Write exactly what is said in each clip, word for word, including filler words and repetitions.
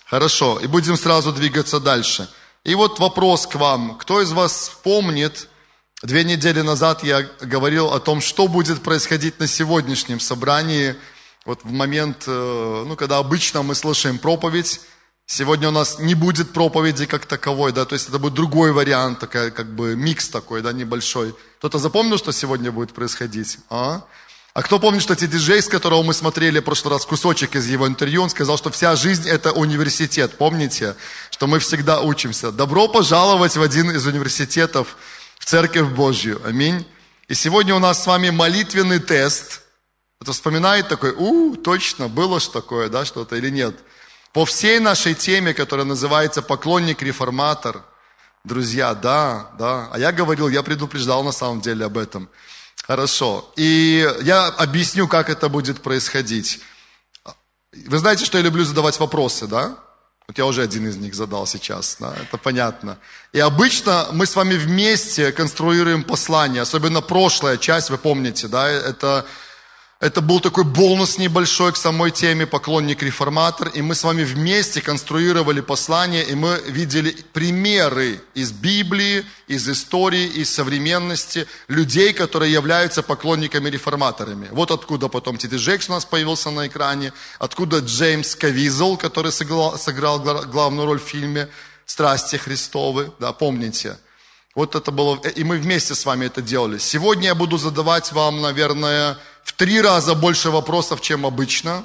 Хорошо, и будем сразу двигаться дальше. И вот вопрос к вам. Кто из вас помнит, две недели назад я говорил о том, что будет происходить на сегодняшнем собрании, вот в момент, ну, когда обычно мы слушаем проповедь. Сегодня у нас не будет проповеди как таковой, да, то есть это будет другой вариант, такая, как бы микс такой, да, небольшой. Кто-то запомнил, что сегодня будет происходить? А? А кто помнит, что ти-диджей, с которого мы смотрели в прошлый раз кусочек из его интервью, он сказал, что вся жизнь это университет, помните? Что мы всегда учимся. Добро пожаловать в один из университетов, в Церковь Божью. Аминь. И сегодня у нас с вами молитвенный тест. Это вспоминает такой, у, точно, было ж такое, да, что-то или нет? По всей нашей теме, которая называется «Поклонник-реформатор». Друзья, да, да. А я говорил, я предупреждал на самом деле об этом. Хорошо. И я объясню, как это будет происходить. Вы знаете, что я люблю задавать вопросы, да? Вот я уже один из них задал сейчас, да, это понятно. И обычно мы с вами вместе конструируем послание, особенно прошлая часть, вы помните, да, это... Это был такой бонус небольшой к самой теме «Поклонник-реформатор», и мы с вами вместе конструировали послание, и мы видели примеры из Библии, из истории, из современности людей, которые являются поклонниками-реформаторами. Вот откуда потом Ти Ди Джейкс у нас появился на экране, откуда Джеймс Кавизел, который сыграл, сыграл главную роль в фильме «Страсти Христовы», да, помните? Вот это было, и мы вместе с вами это делали. Сегодня я буду задавать вам, наверное, в три раза больше вопросов, чем обычно.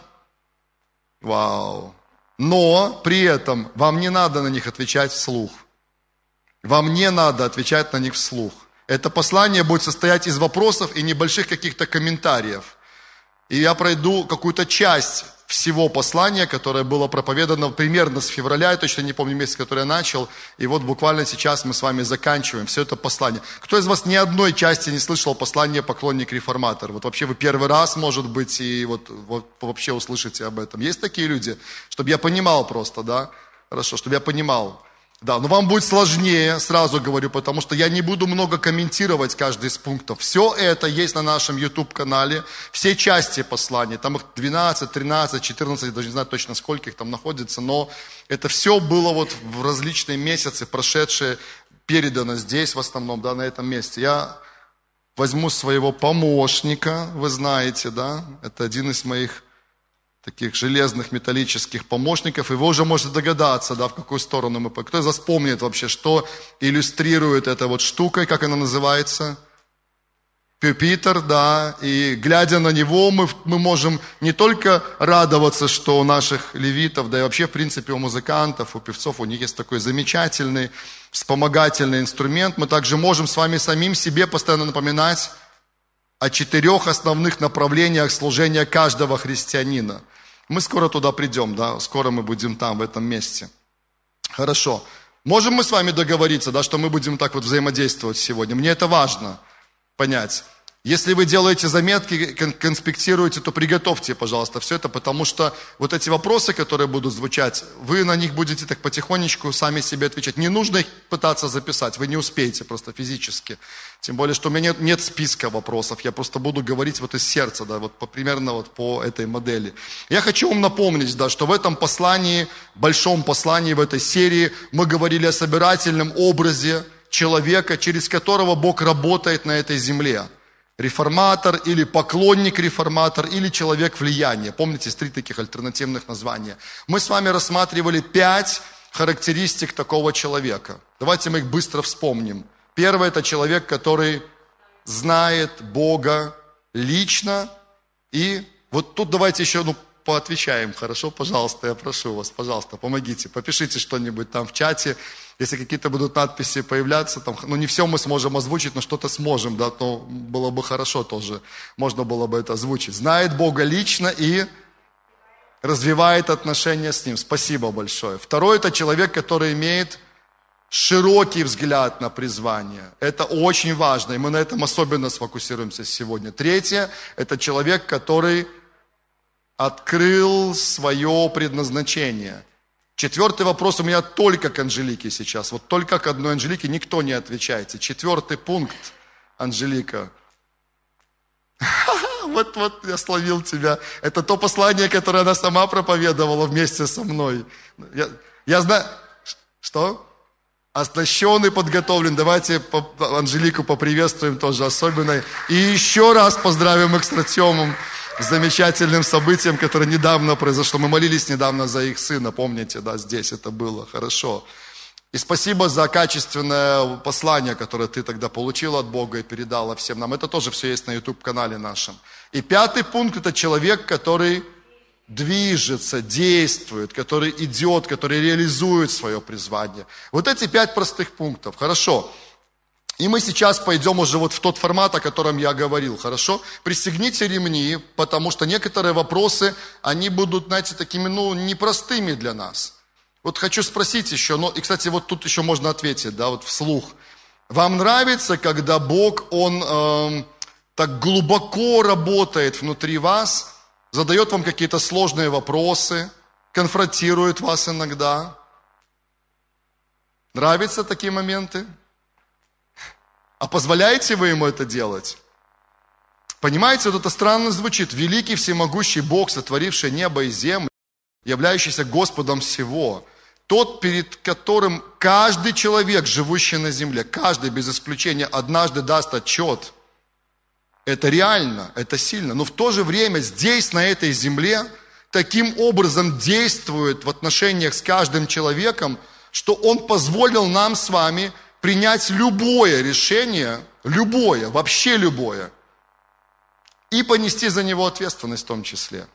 Вау. Но при этом вам не надо на них отвечать вслух. Вам не надо отвечать на них вслух. Это послание будет состоять из вопросов и небольших каких-то комментариев. И я пройду какую-то часть всего послания, которое было проповедано примерно с февраля, я точно не помню месяц, который я начал, и вот буквально сейчас мы с вами заканчиваем все это послание. Кто из вас ни одной части не слышал послание «Поклонник-реформатор»? Вот вообще вы первый раз, может быть, и вот, вот вообще услышите об этом. Есть такие люди? Чтобы я понимал просто, да? Хорошо, чтобы я понимал. Да, но вам будет сложнее, сразу говорю, потому что я не буду много комментировать каждый из пунктов. Все это есть на нашем YouTube-канале, все части послания, там их двенадцать, тринадцать, четырнадцать, даже не знаю точно сколько их там находится, но это все было вот в различные месяцы, прошедшие, передано здесь в основном, да, на этом месте. Я возьму своего помощника, вы знаете, да, это один из моих таких железных металлических помощников, и вы уже можете догадаться, да, в какую сторону мы пойдем. Кто из вас помнит вообще, что иллюстрирует эта вот штука, как она называется? Пюпитр, да, и глядя на него, мы, мы можем не только радоваться, что у наших левитов, да и вообще, в принципе, у музыкантов, у певцов, у них есть такой замечательный вспомогательный инструмент, мы также можем с вами самим себе постоянно напоминать о четырех основных направлениях служения каждого христианина. Мы скоро туда придем, да, скоро мы будем там, в этом месте. Хорошо. Можем мы с вами договориться, да, что мы будем так вот взаимодействовать сегодня? Мне это важно понять. Если вы делаете заметки, конспектируете, то приготовьте, пожалуйста, все это, потому что вот эти вопросы, которые будут звучать, вы на них будете так потихонечку сами себе отвечать. Не нужно их пытаться записать, вы не успеете просто физически. Тем более, что у меня нет, нет списка вопросов, я просто буду говорить вот из сердца, да, вот по, примерно вот по этой модели. Я хочу вам напомнить, да, что в этом послании, большом послании, в этой серии мы говорили о собирательном образе человека, через которого Бог работает на этой земле. Реформатор или поклонник-реформатор или человек влияния. Помните, есть три таких альтернативных названия. Мы с вами рассматривали пять характеристик такого человека. Давайте мы их быстро вспомним. Первый – это человек, который знает Бога лично. И вот тут давайте еще ну, поотвечаем. Хорошо, пожалуйста, я прошу вас, пожалуйста, помогите. Попишите что-нибудь там в чате. Если какие-то будут надписи появляться, там, ну не все мы сможем озвучить, но что-то сможем, да, то было бы хорошо тоже, можно было бы это озвучить. Знает Бога лично и развивает отношения с Ним. Спасибо большое. Второй – это человек, который имеет широкий взгляд на призвание. Это очень важно, и мы на этом особенно сфокусируемся сегодня. Третье – это человек, который открыл свое предназначение. Четвертый вопрос у меня только к Анжелике сейчас. Вот только к одной Анжелике никто не отвечаете. Четвертый пункт, Анжелика. Вот, вот, я словил тебя. Это то послание, которое она сама проповедовала вместе со мной. Я, я знаю... Что? Оснащенный, подготовлен. Давайте Анжелику поприветствуем тоже особенно. И еще раз поздравим их с Артемом, с замечательным событием, которое недавно произошло. Мы молились недавно за их сына, помните, да, здесь это было. Хорошо. И спасибо за качественное послание, которое ты тогда получила от Бога и передала всем нам. Это тоже все есть на ютуб-канале нашем. И пятый пункт – это человек, который движется, действует, который идет, который реализует свое призвание. Вот эти пять простых пунктов. Хорошо. И мы сейчас пойдем уже вот в тот формат, о котором я говорил. Хорошо? Пристегните ремни, потому что некоторые вопросы, они будут, знаете, такими, ну, непростыми для нас. Вот хочу спросить еще, ну, и, кстати, вот тут еще можно ответить, да, вот вслух. Вам нравится, когда Бог, Он э, так глубоко работает внутри вас, задает вам какие-то сложные вопросы, конфронтирует вас иногда? Нравятся такие моменты? А позволяете вы Ему это делать? Понимаете, вот это странно звучит. Великий всемогущий Бог, сотворивший небо и землю, являющийся Господом всего, тот, перед которым каждый человек, живущий на земле, каждый без исключения однажды даст отчет. Это реально, это сильно. Но в то же время здесь, на этой земле, таким образом действует в отношениях с каждым человеком, что Он позволил нам с вами принять любое решение, любое, вообще любое, и понести за него ответственность в том числе.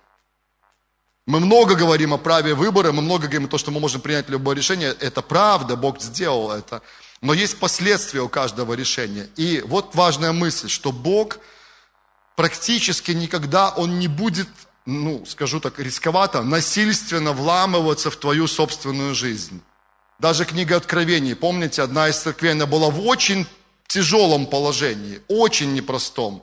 Мы много говорим о праве выбора, мы много говорим о том, что мы можем принять любое решение. Это правда, Бог сделал это. Но есть последствия у каждого решения. И вот важная мысль, что Бог практически никогда, Он не будет, ну, скажу так, рисковато, насильственно вламываться в твою собственную жизнь. Даже книга Откровений, помните, одна из церквей, она была в очень тяжелом положении, очень непростом.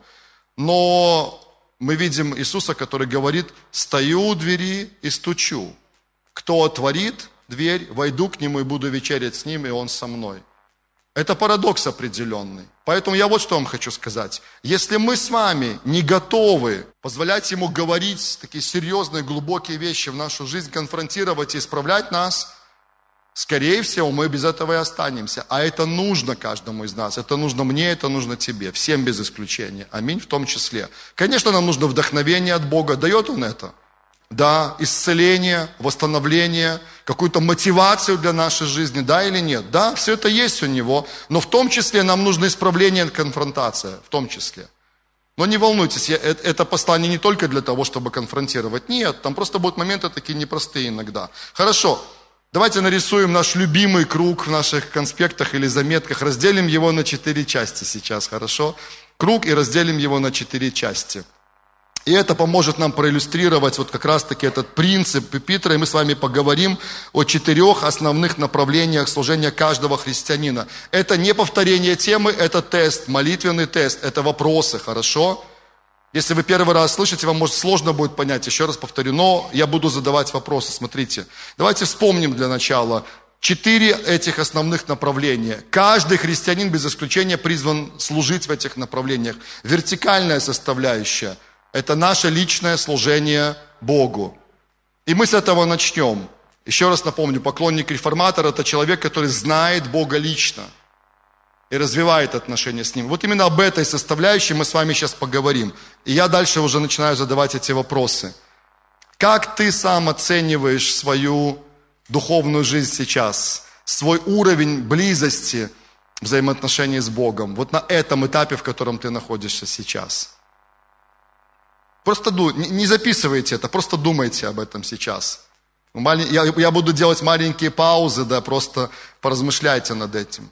Но мы видим Иисуса, который говорит: «Стою у двери и стучу. Кто отворит дверь, войду к Нему и буду вечерять с Ним, и Он со мной». Это парадокс определенный. Поэтому я вот что вам хочу сказать. Если мы с вами не готовы позволять Ему говорить такие серьезные, глубокие вещи в нашу жизнь, конфронтировать и исправлять нас, скорее всего, мы без этого и останемся. А это нужно каждому из нас. Это нужно мне, это нужно тебе. Всем без исключения. Аминь в том числе. Конечно, нам нужно вдохновение от Бога. Дает Он это? Да. Исцеление, восстановление, какую-то мотивацию для нашей жизни. Да или нет? Да, все это есть у Него. Но в том числе нам нужно исправление и конфронтация. В том числе. Но не волнуйтесь, я, это послание не только для того, чтобы конфронтировать. Нет, там просто будут моменты такие непростые иногда. Хорошо. Давайте нарисуем наш любимый круг в наших конспектах или заметках. Разделим его на четыре части сейчас, хорошо? Круг, и разделим его на четыре части. И это поможет нам проиллюстрировать вот как раз-таки этот принцип Пюпитра. И мы с вами поговорим о четырех основных направлениях служения каждого христианина. Это не повторение темы, это тест, молитвенный тест, это вопросы, хорошо? Если вы первый раз слышите, вам, может, сложно будет понять, еще раз повторю, но я буду задавать вопросы. Смотрите, давайте вспомним для начала четыре этих основных направления. Каждый христианин без исключения призван служить в этих направлениях. Вертикальная составляющая – это наше личное служение Богу. И мы с этого начнем. Еще раз напомню, поклонник реформатора – это человек, который знает Бога лично и развивает отношения с Ним. Вот именно об этой составляющей мы с вами сейчас поговорим. И я дальше уже начинаю задавать эти вопросы. Как ты сам оцениваешь свою духовную жизнь сейчас? Свой уровень близости, взаимоотношений с Богом? Вот на этом этапе, в котором ты находишься сейчас. Просто не записывайте это, просто думайте об этом сейчас. Я буду делать маленькие паузы, да, просто поразмышляйте над этим.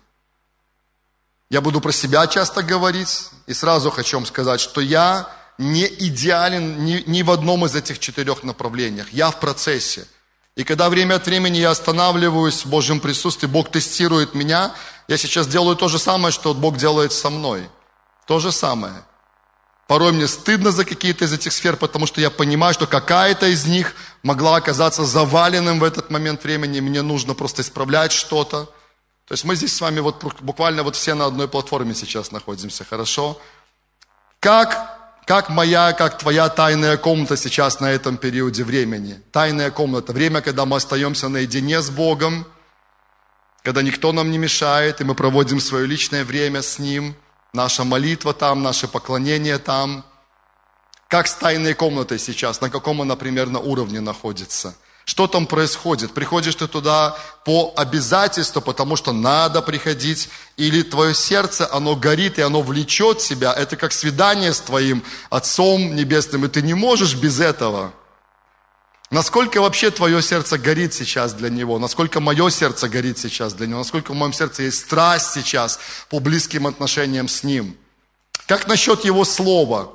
Я буду про себя часто говорить, и сразу хочу вам сказать, что я не идеален ни, ни в одном из этих четырех направлениях. Я в процессе. И когда время от времени я останавливаюсь в Божьем присутствии, Бог тестирует меня, я сейчас делаю то же самое, что Бог делает со мной. То же самое. Порой мне стыдно за какие-то из этих сфер, потому что я понимаю, что какая-то из них могла оказаться заваленным в этот момент времени, и мне нужно просто исправлять что-то. То есть мы здесь с вами вот буквально вот все на одной платформе сейчас находимся, хорошо? Как Как моя, как твоя тайная комната сейчас на этом периоде времени? Тайная комната. Время, когда мы остаемся наедине с Богом, когда никто нам не мешает, и мы проводим свое личное время с Ним. Наша молитва там, наше поклонение там. Как с тайной комнатой сейчас? На каком она примерно уровне находится? Что там происходит? Приходишь ты туда по обязательству, потому что надо приходить, или твое сердце, оно горит, и оно влечет себя. Это как свидание с твоим Отцом Небесным, и ты не можешь без этого. Насколько вообще твое сердце горит сейчас для Него? Насколько мое сердце горит сейчас для Него? Насколько в моем сердце есть страсть сейчас по близким отношениям с Ним? Как насчет Его Слова?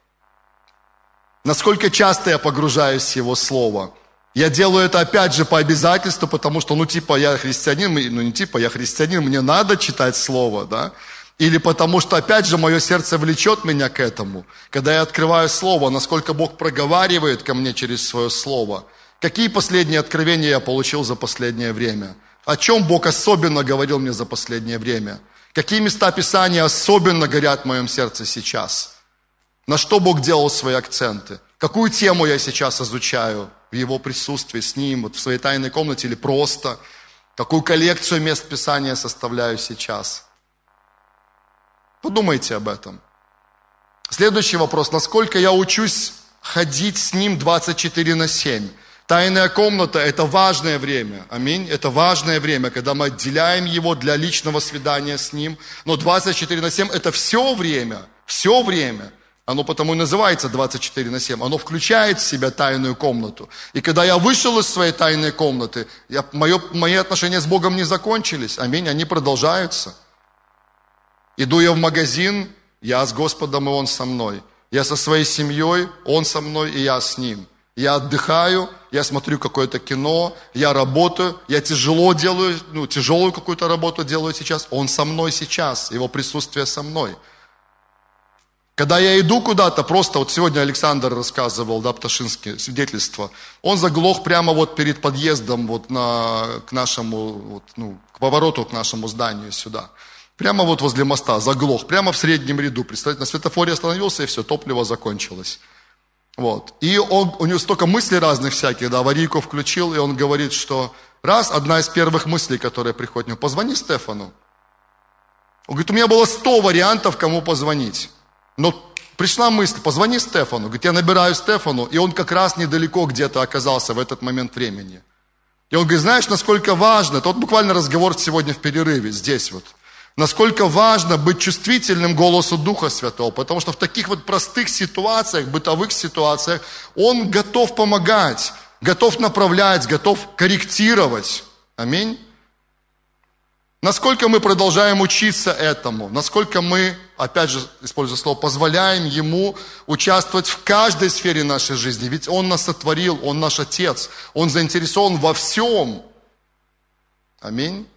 Насколько часто я погружаюсь в Его Слово? Я делаю это опять же по обязательству, потому что, ну, типа, я христианин, ну, не типа, я христианин, мне надо читать Слово, да? Или потому что, опять же, мое сердце влечет меня к этому. Когда я открываю Слово, насколько Бог проговаривает ко мне через свое Слово. Какие последние откровения я получил за последнее время? О чем Бог особенно говорил мне за последнее время? Какие места Писания особенно горят в моем сердце сейчас? На что Бог делал свои акценты? Какую тему я сейчас изучаю в Его присутствии с Ним, вот в своей тайной комнате или просто? Какую коллекцию мест Писания составляю сейчас? Подумайте об этом. Следующий вопрос. Насколько я учусь ходить с Ним двадцать четыре на семь? Тайная комната – это важное время. Аминь. Это важное время, когда мы отделяем его для личного свидания с Ним. Но двадцать четыре на семь – это все время. Все время. Оно потому и называется двадцать четыре на семь. Оно включает в себя тайную комнату. И когда я вышел из своей тайной комнаты, я, мое, мои отношения с Богом не закончились. Аминь. Они продолжаются. Иду я в магазин, я с Господом, и Он со мной. Я со своей семьей, Он со мной, и я с Ним. Я отдыхаю, я смотрю какое-то кино, я работаю, я тяжело делаю, ну, тяжелую какую-то работу делаю сейчас. Он со мной сейчас, Его присутствие со мной. Когда я иду куда-то, просто вот сегодня Александр рассказывал, да, Пташинский, свидетельство, он заглох прямо вот перед подъездом вот на, к нашему, вот, ну, к повороту к нашему зданию сюда. Прямо вот возле моста заглох, прямо в среднем ряду. Представляете, на светофоре остановился, и все, топливо закончилось. Вот. И он, у него столько мыслей разных всяких, да, аварийку включил, и он говорит, что раз, одна из первых мыслей, которая приходит, ну, позвони Стефану. Он говорит, у меня было сто вариантов, кому позвонить. Но пришла мысль, позвони Стефану. Говорит, я набираю Стефану, и он как раз недалеко где-то оказался в этот момент времени. И он говорит, знаешь, насколько важно, это вот буквально разговор сегодня в перерыве, здесь вот. Насколько важно быть чувствительным к голосу Духа Святого, потому что в таких вот простых ситуациях, бытовых ситуациях, Он готов помогать, готов направлять, готов корректировать. Аминь. Насколько мы продолжаем учиться этому, насколько мы, опять же, используя слово, позволяем Ему участвовать в каждой сфере нашей жизни. Ведь Он нас сотворил, Он наш Отец, Он заинтересован во всем. Аминь.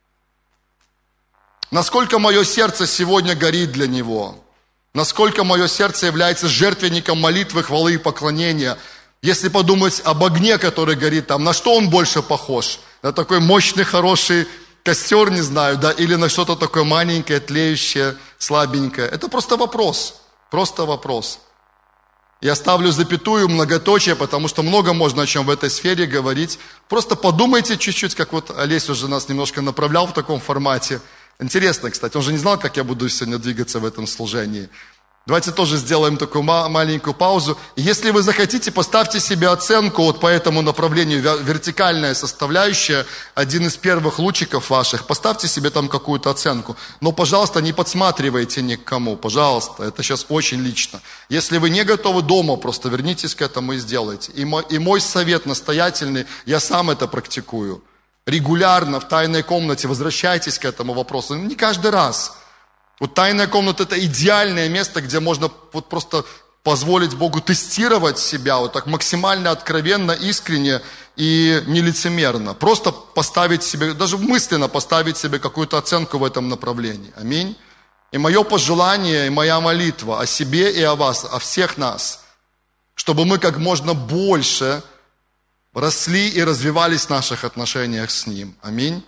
Насколько мое сердце сегодня горит для Него, насколько мое сердце является жертвенником молитвы, хвалы и поклонения. Если подумать об огне, который горит там, на что он больше похож? На такой мощный, хороший костер, не знаю, да, или на что-то такое маленькое, тлеющее, слабенькое. Это просто вопрос, просто вопрос. Я ставлю запятую, многоточие, потому что много можно о чем в этой сфере говорить. Просто подумайте чуть-чуть, как вот Олесь уже нас немножко направлял в таком формате. Интересно, кстати, он же не знал, как я буду сегодня двигаться в этом служении. Давайте тоже сделаем такую маленькую паузу. Если вы захотите, поставьте себе оценку вот по этому направлению, вертикальная составляющая, один из первых лучиков ваших, поставьте себе там какую-то оценку. Но, пожалуйста, не подсматривайте ни к кому, пожалуйста, это сейчас очень лично. Если вы не готовы дома, просто вернитесь к этому и сделайте. И мой, и мой совет настоятельный, я сам это практикую. Регулярно в тайной комнате возвращайтесь к этому вопросу, не каждый раз. Вот тайная комната – это идеальное место, где можно вот просто позволить Богу тестировать себя вот так максимально откровенно, искренне и нелицемерно. Просто поставить себе, даже мысленно поставить себе какую-то оценку в этом направлении. Аминь. И мое пожелание, и моя молитва о себе и о вас, о всех нас, чтобы мы как можно больше росли и развивались в наших отношениях с Ним. Аминь.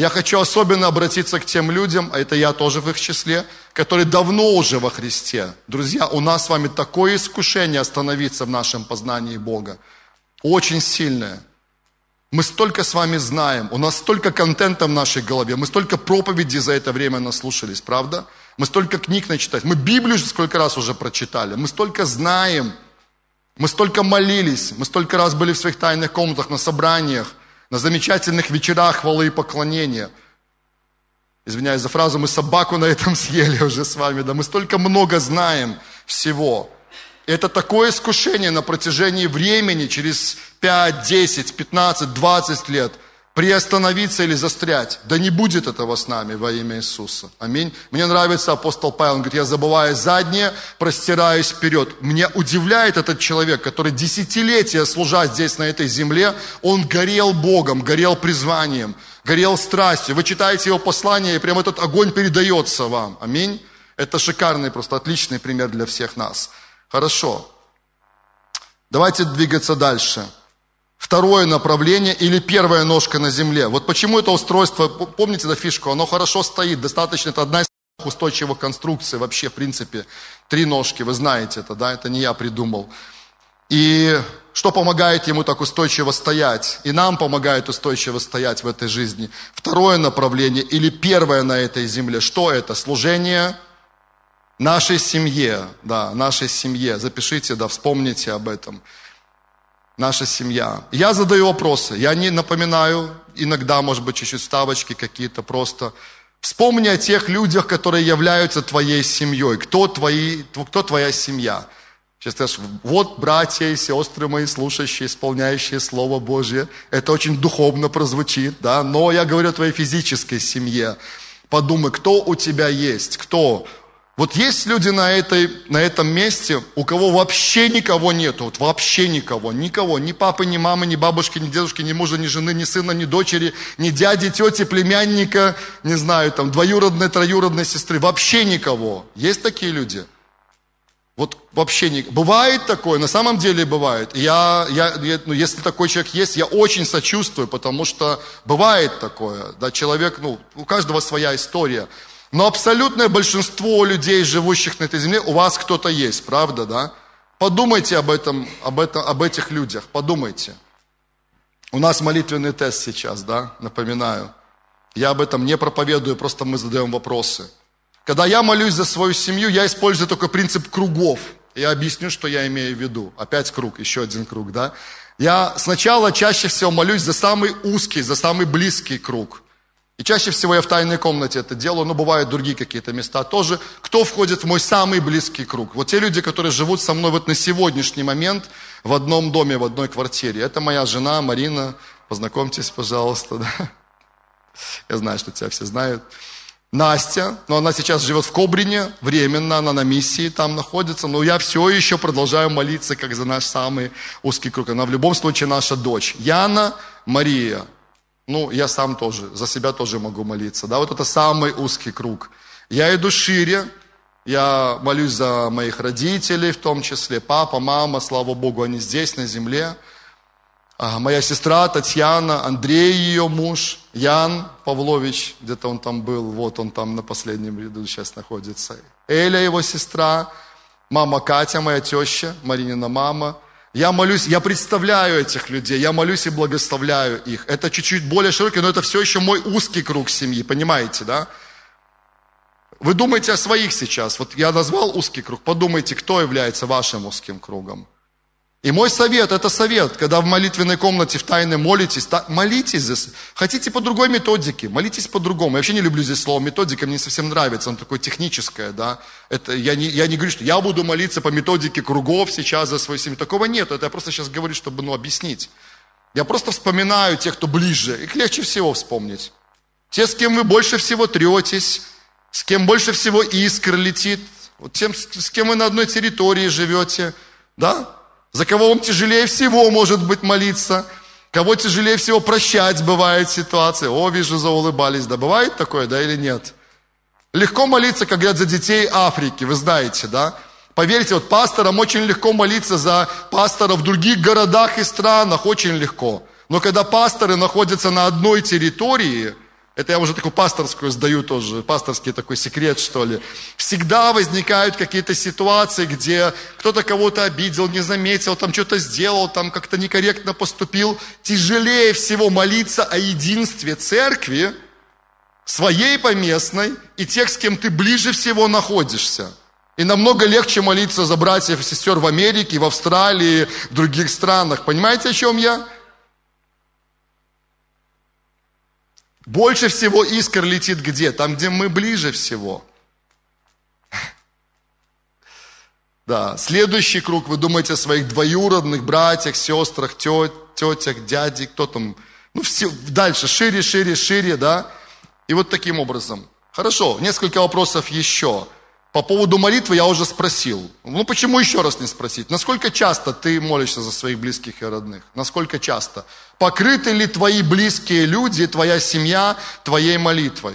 Я хочу особенно обратиться к тем людям, а это я тоже в их числе, которые давно уже во Христе. Друзья, у нас с вами такое искушение остановиться в нашем познании Бога. Очень сильное. Мы столько с вами знаем, у нас столько контента в нашей голове, мы столько проповедей за это время наслушались, правда? Мы столько книг начитали, мы Библию сколько раз уже прочитали, мы столько знаем, мы столько молились, мы столько раз были в своих тайных комнатах, на собраниях, на замечательных вечерах хвалы и поклонения. Извиняюсь за фразу, мы собаку на этом съели уже с вами, да, мы столько много знаем всего. Это такое искушение на протяжении времени, через пять, десять, пятнадцать, двадцать лет, приостановиться или застрять. Да не будет этого с нами во имя Иисуса. Аминь. Мне нравится апостол Павел, он говорит, я забываю заднее, простираюсь вперед. Меня удивляет этот человек, который десятилетия служа здесь, на этой земле, он горел Богом, горел призванием, горел страстью. Вы читаете его послание, и прям этот огонь передается вам. Аминь. Это шикарный, просто отличный пример для всех нас. Хорошо. Давайте двигаться дальше. Второе направление или первая ножка на земле. Вот почему это устройство, помните, да, фишку, оно хорошо стоит, достаточно, это одна из устойчивых конструкций вообще, в принципе. Три ножки, вы знаете это, да, это не я придумал. И что помогает ему так устойчиво стоять? И нам помогает устойчиво стоять в этой жизни. Второе направление или первое на этой земле. Что это? Служение нашей семье, да, нашей семье. Запишите, да, вспомните об этом. Наша семья. Я задаю вопросы, я не напоминаю, иногда, может быть, чуть-чуть вставочки какие-то просто. Вспомни о тех людях, которые являются твоей семьей. Кто, твои, кто твоя семья? Сейчас скажешь, вот братья и сестры мои, слушающие, исполняющие Слово Божье. Это очень духовно прозвучит, да, но я говорю о твоей физической семье. Подумай, кто у тебя есть, кто? Вот есть люди на, этой, на этом месте, у кого вообще никого нету, вот вообще никого, никого, ни папы, ни мамы, ни бабушки, ни дедушки, ни мужа, ни жены, ни сына, ни дочери, ни дяди, тети, племянника, не знаю, там, двоюродной, троюродной сестры, вообще никого. Есть такие люди? Вот вообще не... Бывает такое, на самом деле бывает. Я, я, я, ну, если такой человек есть, я очень сочувствую, потому что бывает такое, да, человек, ну, у каждого своя история. Но абсолютное большинство людей, живущих на этой земле, у вас кто-то есть, правда, да? Подумайте об этом, об этом, об этих людях, подумайте. У нас молитвенный тест сейчас, да, напоминаю. Я об этом не проповедую, просто мы задаем вопросы. Когда я молюсь за свою семью, я использую только принцип кругов. Я объясню, что я имею в виду. Опять круг, еще один круг, да? Я сначала чаще всего молюсь за самый узкий, за самый близкий круг. И чаще всего я в тайной комнате это делаю, но бывают другие какие-то места тоже. Кто входит в мой самый близкий круг? Вот те люди, которые живут со мной вот на сегодняшний момент в одном доме, в одной квартире. Это моя жена Марина. Познакомьтесь, пожалуйста. Да? Я знаю, что тебя все знают. Настя, но она сейчас живет в Кобрине, временно, она на миссии там находится, но я все еще продолжаю молиться, как за наш самый узкий круг. Она в любом случае наша дочь. Яна, Мария. Ну, я сам тоже, за себя тоже могу молиться, да, вот это самый узкий круг. Я иду шире, я молюсь за моих родителей, в том числе папа, мама, слава Богу, они здесь, на земле. А моя сестра Татьяна, Андрей, ее муж, Ян Павлович, где-то он там был, вот он там на последнем ряду сейчас находится. Эля, его сестра, мама Катя, моя теща, Маринина мама. Я молюсь, я представляю этих людей, я молюсь и благословляю их. Это чуть-чуть более широкий, но это все еще мой узкий круг семьи, понимаете, да? Вы думаете о своих сейчас. Вот я назвал узкий круг, подумайте, кто является вашим узким кругом. И мой совет, это совет, когда в молитвенной комнате в тайне молитесь, та, молитесь здесь. Хотите по другой методике, молитесь по-другому. Я вообще не люблю здесь слово методика, мне не совсем нравится, оно такое техническое, да. Это, я, не, я не говорю, что я буду молиться по методике кругов сейчас за свою семью. Такого нет, это я просто сейчас говорю, чтобы, ну, объяснить. Я просто вспоминаю тех, кто ближе, их легче всего вспомнить. Те, с кем вы больше всего третесь, с кем больше всего искр летит, вот тем, с кем вы на одной территории живете, да. За кого вам тяжелее всего, может быть, молиться? Кого тяжелее всего прощать бывает ситуации? О, вижу, заулыбались. Да, бывает такое, да, или нет? Легко молиться, как говорят, за детей Африки, вы знаете, да? Поверьте, вот пасторам очень легко молиться за пасторов в других городах и странах, очень легко. Но когда пасторы находятся на одной территории, Это я уже такую пасторскую сдаю тоже, пасторский такой секрет, что ли. Всегда возникают какие-то ситуации, где кто-то кого-то обидел, не заметил, там что-то сделал, там как-то некорректно поступил. Тяжелее всего молиться о единстве церкви, своей поместной, и тех, с кем ты ближе всего находишься. И намного легче молиться за братьев и сестер в Америке, в Австралии, в других странах. Понимаете, о чем я? Больше всего искр летит где? Там, где мы ближе всего. Да, следующий круг, вы думаете о своих двоюродных братьях, сестрах, тетях, дядей, кто там, ну, все, дальше, шире, шире, шире, да, и вот таким образом. Хорошо, несколько вопросов еще. По поводу молитвы я уже спросил. Ну, почему еще раз не спросить? Насколько часто ты молишься за своих близких и родных? Насколько часто? Покрыты ли твои близкие люди, твоя семья, твоей молитвой?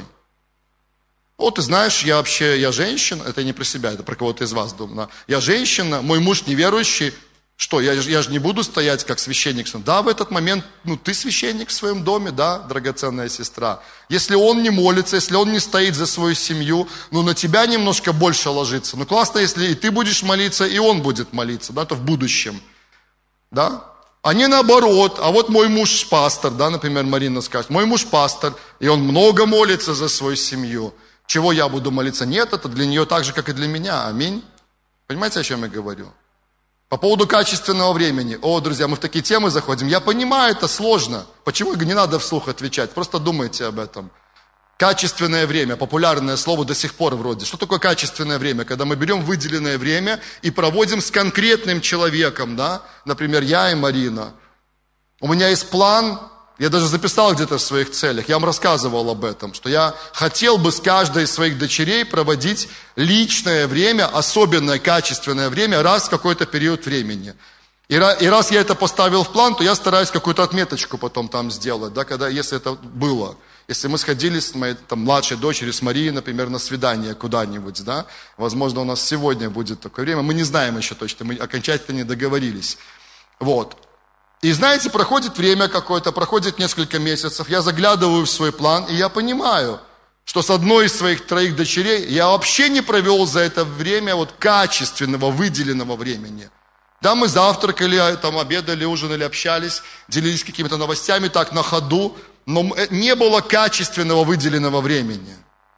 Вот, ты знаешь, я вообще, я женщина, это не про себя, это про кого-то из вас думаю. Я женщина, мой муж неверующий. Что, я, я же не буду стоять как священник? Да, в этот момент, ну, ты священник в своем доме, да, драгоценная сестра. Если он не молится, если он не стоит за свою семью, ну, на тебя немножко больше ложится. Ну, классно, если и ты будешь молиться, и он будет молиться, да, то в будущем, да. А не наоборот, а вот мой муж пастор, да, например, Марина скажет, мой муж пастор, и он много молится за свою семью. Чего я буду молиться? Нет, это для нее так же, как и для меня, аминь. Понимаете, о чем я говорю? По поводу качественного времени. О, друзья, мы в такие темы заходим. Я понимаю, это сложно. Почему не надо вслух отвечать? Просто думайте об этом. Качественное время, популярное слово до сих пор вроде. Что такое качественное время? Когда мы берем выделенное время и проводим с конкретным человеком, да? Например, я и Марина. У меня есть план, я даже записал где-то в своих целях, я вам рассказывал об этом, что я хотел бы с каждой из своих дочерей проводить личное время, особенное качественное время, раз в какой-то период времени. И, и раз я это поставил в план, то я стараюсь какую-то отметочку потом там сделать, да, когда, если это было. Если мы сходили с моей там, младшей дочерью, с Марией, например, на свидание куда-нибудь, да, возможно, у нас сегодня будет такое время, мы не знаем еще точно, мы окончательно не договорились. Вот. И знаете, проходит время какое-то, проходит несколько месяцев, я заглядываю в свой план, и я понимаю, что с одной из своих троих дочерей я вообще не провел за это время вот качественного, выделенного времени. Да, мы завтракали, там, обедали, ужинали, общались, делились какими-то новостями так на ходу, но не было качественного, выделенного времени.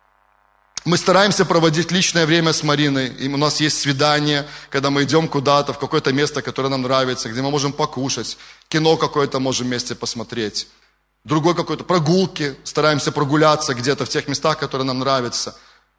Мы стараемся проводить личное время с Мариной. И у нас есть свидание, когда мы идем куда-то, в какое-то место, которое нам нравится, где мы можем покушать, кино какое-то можем вместе посмотреть, другой какой-то, прогулки, стараемся прогуляться где-то в тех местах, которые нам нравятся.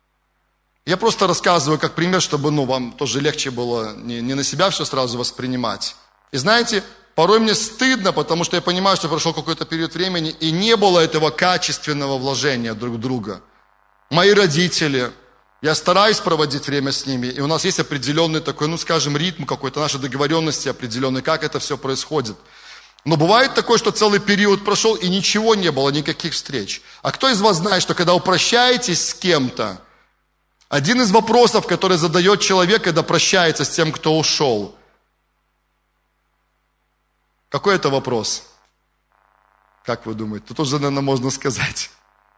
Я просто рассказываю как пример, чтобы ну, вам тоже легче было не, не на себя все сразу воспринимать. И знаете, порой мне стыдно, потому что я понимаю, что прошел какой-то период времени, и не было этого качественного вложения друг в друга. Мои родители, я стараюсь проводить время с ними, и у нас есть определенный такой, ну скажем, ритм какой-то, наши договоренности определенные, как это все происходит. Но бывает такое, что целый период прошел, и ничего не было, никаких встреч. А кто из вас знает, что когда вы прощаетесь с кем-то, один из вопросов, который задает человек, когда прощается с тем, кто ушел, какой это вопрос? Как вы думаете? Тут уже, наверное, можно сказать.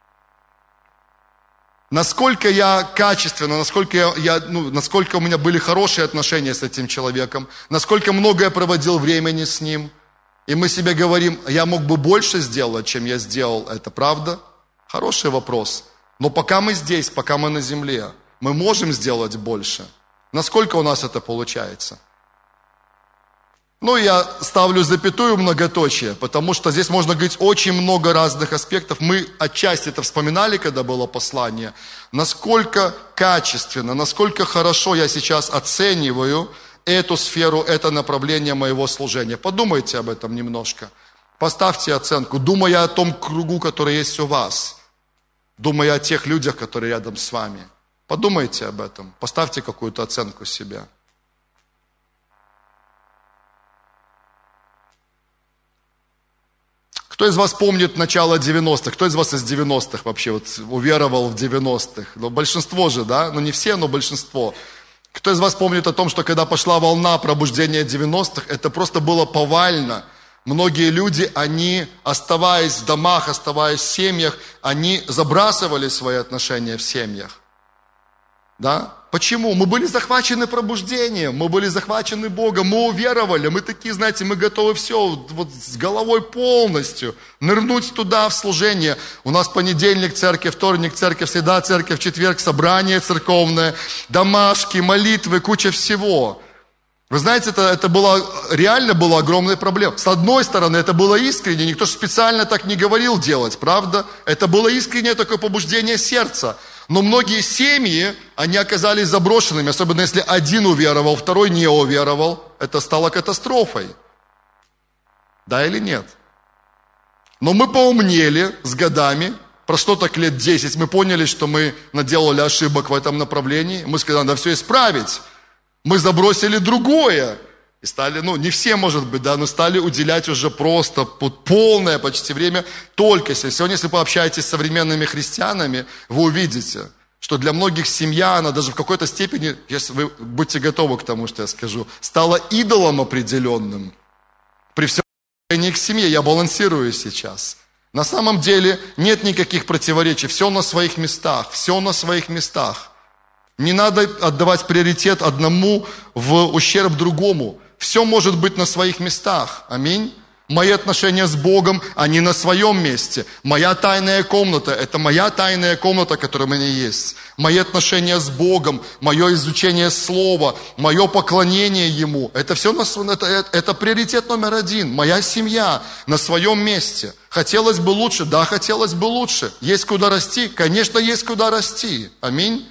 Насколько я качественно, насколько, я, я, ну, насколько у меня были хорошие отношения с этим человеком, насколько много я проводил времени с ним. И мы себе говорим, я мог бы больше сделать, чем я сделал. Это правда? Хороший вопрос. Но пока мы здесь, пока мы на земле, мы можем сделать больше. Насколько у нас это получается? Ну, я ставлю запятую многоточие, потому что здесь можно говорить очень много разных аспектов. Мы отчасти это вспоминали, когда было послание. Насколько качественно, насколько хорошо я сейчас оцениваю эту сферу, это направление моего служения. Подумайте об этом немножко. Поставьте оценку, думая о том кругу, который есть у вас. Думая о тех людях, которые рядом с вами. Подумайте об этом. Поставьте какую-то оценку себе. Кто из вас помнит начало девяностых? Кто из вас из девяностых вообще вот уверовал в девяностых? Ну, большинство же, да? Ну, не все, но большинство. Кто из вас помнит о том, что когда пошла волна пробуждения девяностых, это просто было повально. Многие люди, они, оставаясь в домах, оставаясь в семьях, они забрасывали свои отношения в семьях. Да? Почему? Мы были захвачены пробуждением, мы были захвачены Богом, мы уверовали, мы такие, знаете, мы готовы все, вот с головой полностью нырнуть туда в служение. У нас понедельник церковь, вторник церковь, среда церковь, четверг собрание церковное, домашки, молитвы, куча всего. Вы знаете, это, это было, реально была огромная проблема. С одной стороны, это было искренне, никто же специально так не говорил делать, правда? Это было искреннее такое побуждение сердца. Но многие семьи, они оказались заброшенными, особенно если один уверовал, второй не уверовал. Это стало катастрофой. Да или нет? Но мы поумнели с годами, прошло так лет десять, мы поняли, что мы наделали ошибок в этом направлении. Мы сказали, надо все исправить. Мы забросили другое. И стали, ну, не все, может быть, да, но стали уделять уже просто полное почти время только себе. Сегодня, если вы пообщаетесь с современными христианами, вы увидите, что для многих семья, она даже в какой-то степени, если вы будьте готовы к тому, что я скажу, стала идолом определенным. При всем отношении к семье, я балансирую сейчас. На самом деле нет никаких противоречий, все на своих местах, все на своих местах. Не надо отдавать приоритет одному в ущерб другому. Все может быть на своих местах. Аминь. Мои отношения с Богом, они на своем месте. Моя тайная комната, это моя тайная комната, которая у меня есть. Мои отношения с Богом, мое изучение Слова, мое поклонение Ему. Это все, на, это, это приоритет номер один. Моя семья на своем месте. Хотелось бы лучше? Да, хотелось бы лучше. Есть куда расти? Конечно, есть куда расти. Аминь.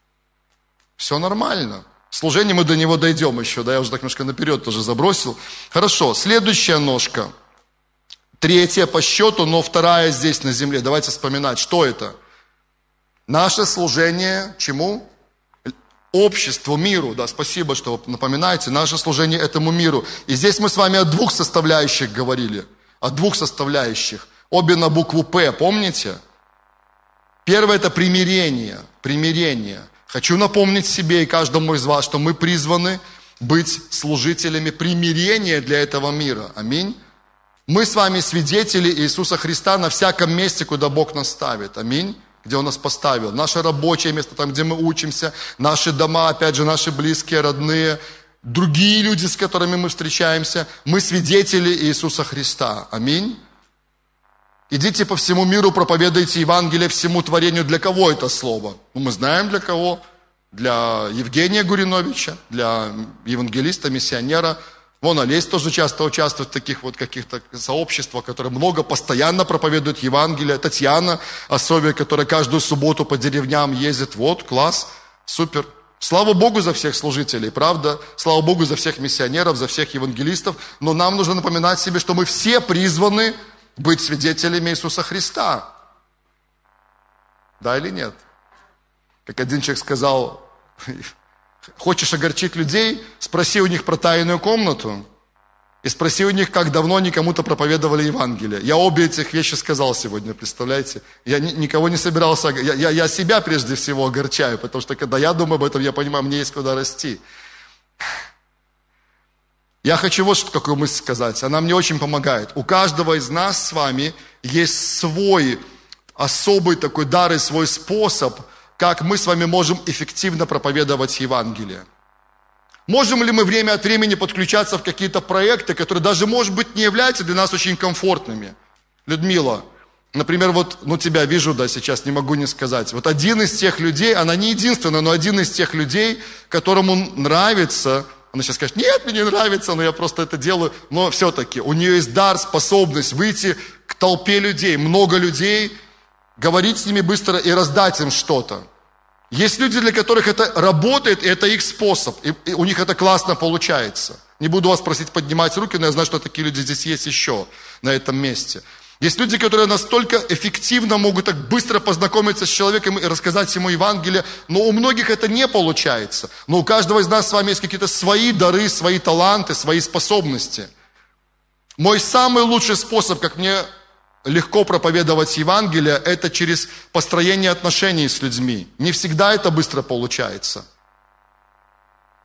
Все нормально. Служение мы до него дойдем еще, да, я уже так немножко наперед тоже забросил. Хорошо, следующая ножка. Третья по счету, но вторая здесь на земле. Давайте вспоминать, что это? Наше служение чему? Обществу, миру, да, спасибо, что вы напоминаете. Наше служение этому миру. И здесь мы с вами о двух составляющих говорили. О двух составляющих. Обе на букву П, помните? Первое это примирение. Примирение. Хочу напомнить себе и каждому из вас, что мы призваны быть служителями примирения для этого мира. Аминь. Мы с вами свидетели Иисуса Христа на всяком месте, куда Бог нас ставит. Аминь. Где Он нас поставил. Наше рабочее место, там, где мы учимся, наши дома, опять же, наши близкие, родные, другие люди, с которыми мы встречаемся. Мы свидетели Иисуса Христа. Аминь. Идите по всему миру, проповедуйте Евангелие всему творению. Для кого это слово? Ну, мы знаем для кого. Для Евгения Гуриновича, для евангелиста, миссионера. Вон Олесь тоже часто участвует в таких вот каких-то сообществах, которые много, постоянно проповедуют Евангелие. Татьяна Осовия, которая каждую субботу по деревням ездит. Вот, класс, супер. Слава Богу за всех служителей, правда? Слава Богу за всех миссионеров, за всех евангелистов. Но нам нужно напоминать себе, что мы все призваны быть свидетелями Иисуса Христа. Да или нет? Как один человек сказал, хочешь огорчить людей, спроси у них про тайную комнату и спроси у них, как давно они кому-то проповедовали Евангелие. Я обе этих вещи сказал сегодня, представляете? Я ни, никого не собирался, я, я, я себя прежде всего огорчаю, потому что когда я думаю об этом, я понимаю, мне есть куда расти. Я хочу вот что какую мысль сказать, она мне очень помогает. У каждого из нас с вами есть свой особый такой дар и свой способ, как мы с вами можем эффективно проповедовать Евангелие. Можем ли мы время от времени подключаться в какие-то проекты, которые даже, может быть, не являются для нас очень комфортными? Людмила, например, вот, ну тебя вижу, да, сейчас не могу не сказать. Вот один из тех людей, она не единственная, но один из тех людей, которому нравится... Она сейчас скажет, нет, мне не нравится, но я просто это делаю. Но все-таки у нее есть дар, способность выйти к толпе людей, много людей, говорить с ними быстро и раздать им что-то. Есть люди, для которых это работает, и это их способ. И, и у них это классно получается. Не буду вас просить поднимать руки, но я знаю, что такие люди здесь есть еще на этом месте. Есть люди, которые настолько эффективно могут так быстро познакомиться с человеком и рассказать ему Евангелие, но у многих это не получается. Но у каждого из нас с вами есть какие-то свои дары, свои таланты, свои способности. Мой самый лучший способ, как мне легко проповедовать Евангелие, это через построение отношений с людьми. Не всегда это быстро получается.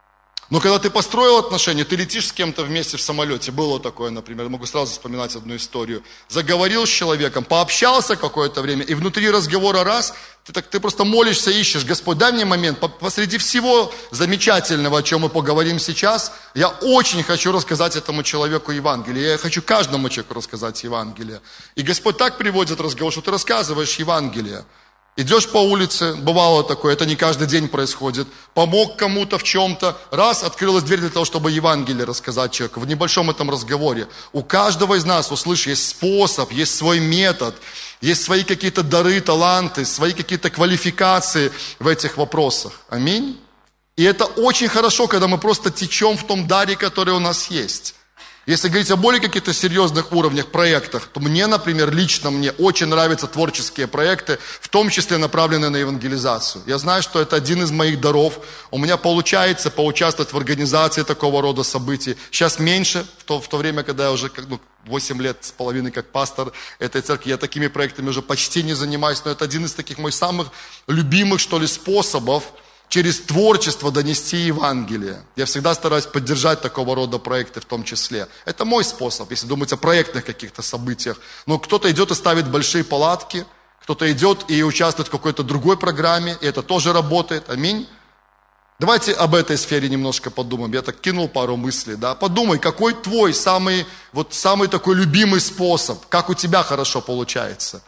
Но когда ты построил отношения, ты летишь с кем-то вместе в самолете, было такое, например, могу сразу вспоминать одну историю, заговорил с человеком, пообщался какое-то время, и внутри разговора раз, ты, так, ты просто молишься, ищешь, Господь, дай мне момент, посреди всего замечательного, о чем мы поговорим сейчас, я очень хочу рассказать этому человеку Евангелие, я хочу каждому человеку рассказать Евангелие. И Господь так приводит разговор, что ты рассказываешь Евангелие. Идешь по улице, бывало такое, это не каждый день происходит, помог кому-то в чем-то, раз, открылась дверь для того, чтобы Евангелие рассказать человеку в небольшом этом разговоре. У каждого из нас, услышь, есть способ, есть свой метод, есть свои какие-то дары, таланты, свои какие-то квалификации в этих вопросах. Аминь. И это очень хорошо, когда мы просто течем в том даре, который у нас есть. Если говорить о более каких-то серьезных уровнях, проектах, то мне, например, лично мне очень нравятся творческие проекты, в том числе направленные на евангелизацию. Я знаю, что это один из моих даров. У меня получается поучаствовать в организации такого рода событий. Сейчас меньше, в то, в то время, когда я уже ну, восемь лет с половиной как пастор этой церкви, я такими проектами уже почти не занимаюсь, но это один из таких моих самых любимых, что ли, способов через творчество донести Евангелие. Я всегда стараюсь поддержать такого рода проекты в том числе. Это мой способ, если думать о проектных каких-то событиях. Но кто-то идет и ставит большие палатки, кто-то идет и участвует в какой-то другой программе, и это тоже работает. Аминь. Давайте об этой сфере немножко подумаем. Я так кинул пару мыслей, да. Подумай, какой твой самый, вот самый такой любимый способ, как у тебя хорошо получается.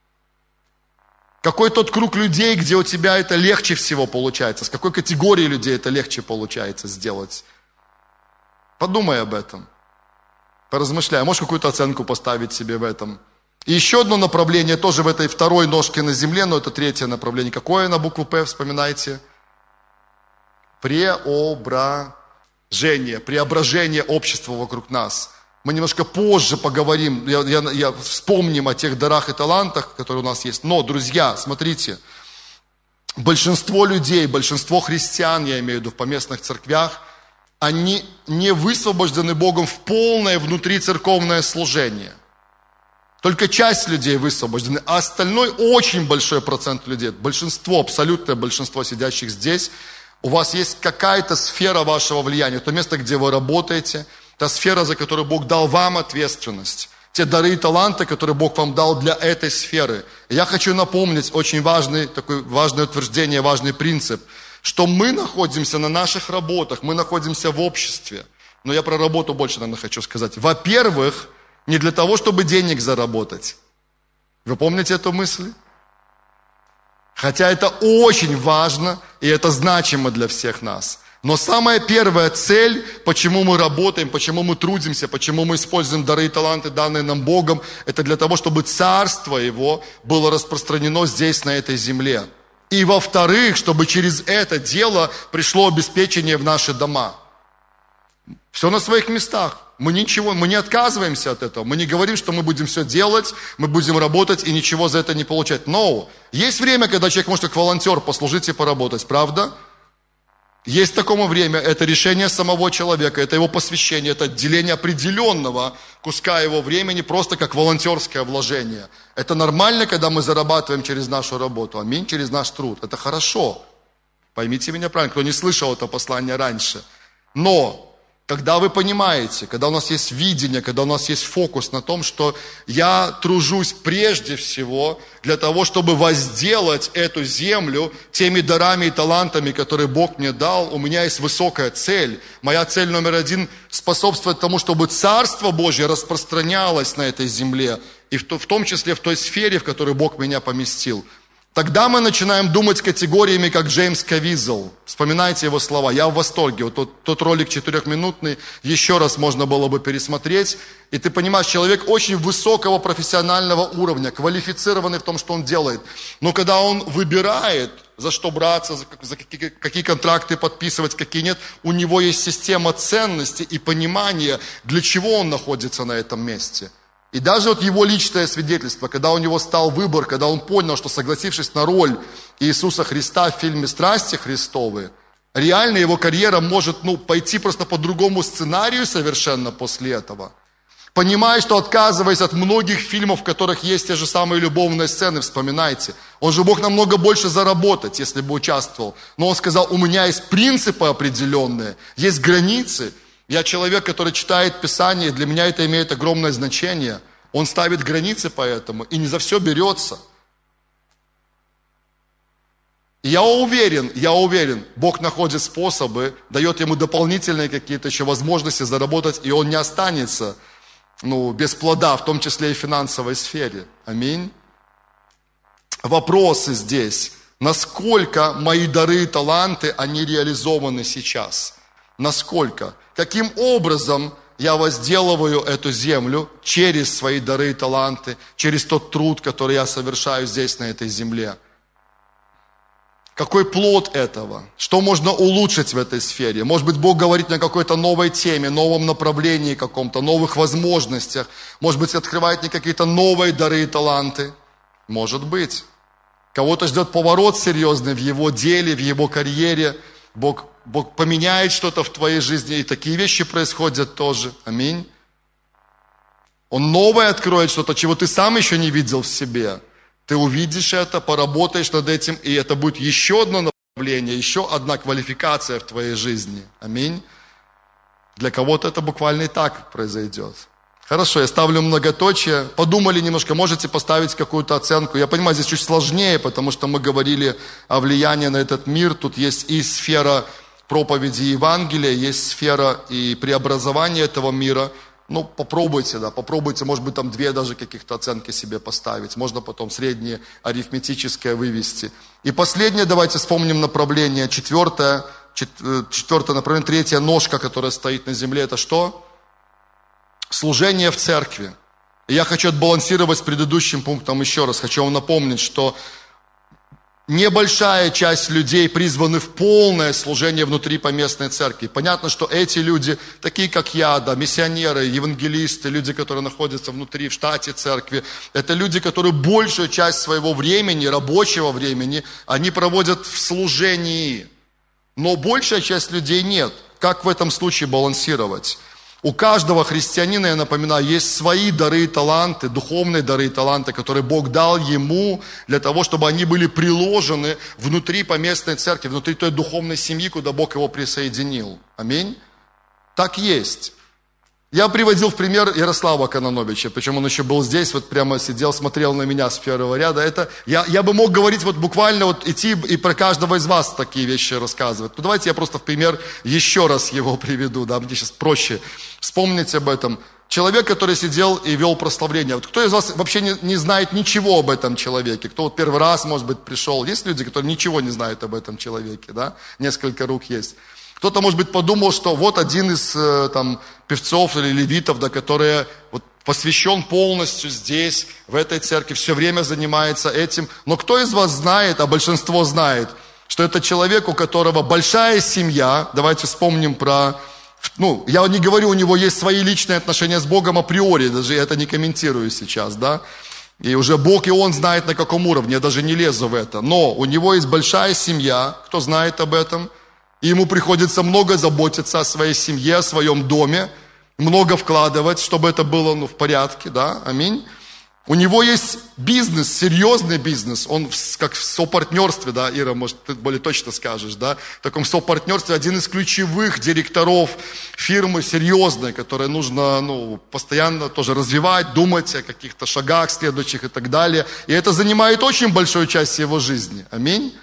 Какой тот круг людей, где у тебя это легче всего получается? С какой категории людей это легче получается сделать? Подумай об этом. Поразмышляй. Можешь какую-то оценку поставить себе в этом. И еще одно направление, тоже в этой второй ножке на земле, но это третье направление. Какое на букву П, вспоминайте? Преображение. Преображение общества вокруг нас. Мы немножко позже поговорим, я, я, я, вспомним о тех дарах и талантах, которые у нас есть. Но, друзья, смотрите, большинство людей, большинство христиан, я имею в виду в поместных церквях, они не высвобождены Богом в полное внутрицерковное служение. Только часть людей высвобождены, а остальной очень большой процент людей, большинство, абсолютное большинство сидящих здесь, у вас есть какая-то сфера вашего влияния, то место, где вы работаете, та сфера, за которую Бог дал вам ответственность. Те дары и таланты, которые Бог вам дал для этой сферы. И я хочу напомнить очень важный, такое важное утверждение, важный принцип, что мы находимся на наших работах, мы находимся в обществе. Но я про работу больше, наверное, хочу сказать. Во-первых, не для того, чтобы денег заработать. Вы помните эту мысль? Хотя это очень важно, и это значимо для всех нас. Но самая первая цель, почему мы работаем, почему мы трудимся, почему мы используем дары и таланты, данные нам Богом, это для того, чтобы Царство Его было распространено здесь, на этой земле. И во-вторых, чтобы через это дело пришло обеспечение в наши дома. Все на своих местах. Мы ничего, мы не отказываемся от этого. Мы не говорим, что мы будем все делать, мы будем работать и ничего за это не получать. Но есть время, когда человек может как волонтер послужить и поработать, правда? Есть такое время, это решение самого человека, это его посвящение, это отделение определенного куска его времени, просто как волонтерское вложение. Это нормально, когда мы зарабатываем через нашу работу, аминь, через наш труд. Это хорошо. Поймите меня правильно, кто не слышал это послание раньше. Но, когда вы понимаете, когда у нас есть видение, когда у нас есть фокус на том, что я тружусь прежде всего для того, чтобы возделать эту землю теми дарами и талантами, которые Бог мне дал, у меня есть высокая цель. Моя цель номер один – способствовать тому, чтобы Царство Божье распространялось на этой земле, и в том числе в той сфере, в которой Бог меня поместил. Тогда мы начинаем думать категориями, как Джеймс Кавизел. Вспоминайте его слова. Я в восторге. Вот тот, тот ролик четырехминутный, еще раз можно было бы пересмотреть. И ты понимаешь, человек очень высокого профессионального уровня, квалифицированный в том, что он делает. Но когда он выбирает, за что браться, за, за какие, какие контракты подписывать, какие нет, у него есть система ценностей и понимания, для чего он находится на этом месте. И даже вот его личное свидетельство, когда у него стал выбор, когда он понял, что согласившись на роль Иисуса Христа в фильме «Страсти Христовы», реально его карьера может ну, пойти просто по другому сценарию совершенно после этого. Понимая, что отказываясь от многих фильмов, в которых есть те же самые любовные сцены, вспоминайте. Он же мог намного больше заработать, если бы участвовал. Но он сказал, у меня есть принципы определенные, есть границы. Я человек, который читает Писание, для меня это имеет огромное значение. Он ставит границы поэтому и не за все берется. Я уверен, я уверен, Бог находит способы, дает ему дополнительные какие-то еще возможности заработать, и он не останется ну, без плода, в том числе и в финансовой сфере. Аминь. Вопросы здесь. Насколько мои дары и таланты, они реализованы сейчас? Насколько? Каким образом я возделываю эту землю через свои дары и таланты, через тот труд, который я совершаю здесь, на этой земле? Какой плод этого? Что можно улучшить в этой сфере? Может быть, Бог говорит на какой-то новой теме, новом направлении каком-то, новых возможностях. Может быть, открывает мне какие-то новые дары и таланты. Может быть. Кого-то ждет поворот серьезный в его деле, в его карьере. Бог, Бог поменяет что-то в твоей жизни, и такие вещи происходят тоже. Аминь. Он новое откроет что-то, чего ты сам еще не видел в себе. Ты увидишь это, поработаешь над этим, и это будет еще одно направление, еще одна квалификация в твоей жизни. Аминь. Для кого-то это буквально и так произойдет. Хорошо, я ставлю многоточие. Подумали немножко, можете поставить какую-то оценку. Я понимаю, здесь чуть сложнее, потому что мы говорили о влиянии на этот мир. Тут есть и сфера проповеди Евангелия, есть сфера и преобразования этого мира. Ну, попробуйте, да, попробуйте, может быть, там две даже каких-то оценки себе поставить. Можно потом среднее арифметическое вывести. И последнее, давайте вспомним направление. Четвертое, четвертое направление, третья ножка, которая стоит на земле, это что? Служение в церкви. И я хочу отбалансировать с предыдущим пунктом еще раз. Хочу вам напомнить, что небольшая часть людей призваны в полное служение внутри поместной церкви. Понятно, что эти люди, такие как я, да, миссионеры, евангелисты, люди, которые находятся внутри, в штате церкви, это люди, которые большую часть своего времени, рабочего времени, они проводят в служении. Но большая часть людей нет. Как в этом случае балансировать? У каждого христианина, я напоминаю, есть свои дары и таланты, духовные дары и таланты, которые Бог дал ему для того, чтобы они были приложены внутри поместной церкви, внутри той духовной семьи, куда Бог его присоединил. Аминь. Так есть. Я приводил в пример Ярослава Кононовича, причем он еще был здесь, вот прямо сидел, смотрел на меня с первого ряда. Это, я, я бы мог говорить вот буквально, вот идти и про каждого из вас такие вещи рассказывать. Ну давайте я просто в пример еще раз его приведу, да, мне сейчас проще вспомнить об этом. Человек, который сидел и вел прославление. Вот кто из вас вообще не, не знает ничего об этом человеке? Кто вот первый раз, может быть, пришел? Есть люди, которые ничего не знают об этом человеке, да? Несколько рук есть. Кто-то, может быть, подумал, что вот один из там, певцов или левитов, да, который вот, посвящен полностью здесь, в этой церкви, все время занимается этим. Но кто из вас знает, а большинство знает, что это человек, у которого большая семья, давайте вспомним про... Ну, я не говорю, у него есть свои личные отношения с Богом априори, даже я это не комментирую сейчас, да. И уже Бог и Он знает, на каком уровне, я даже не лезу в это. Но у него есть большая семья, кто знает об этом? И ему приходится много заботиться о своей семье, о своем доме, много вкладывать, чтобы это было ну, в порядке, да, аминь. У него есть бизнес, серьезный бизнес, он в, как в сопартнерстве, да, Ира, может, ты более точно скажешь, да, в таком сопартнерстве один из ключевых директоров фирмы серьезной, которой нужно, ну, постоянно тоже развивать, думать о каких-то шагах следующих и так далее. И это занимает очень большую часть его жизни, аминь.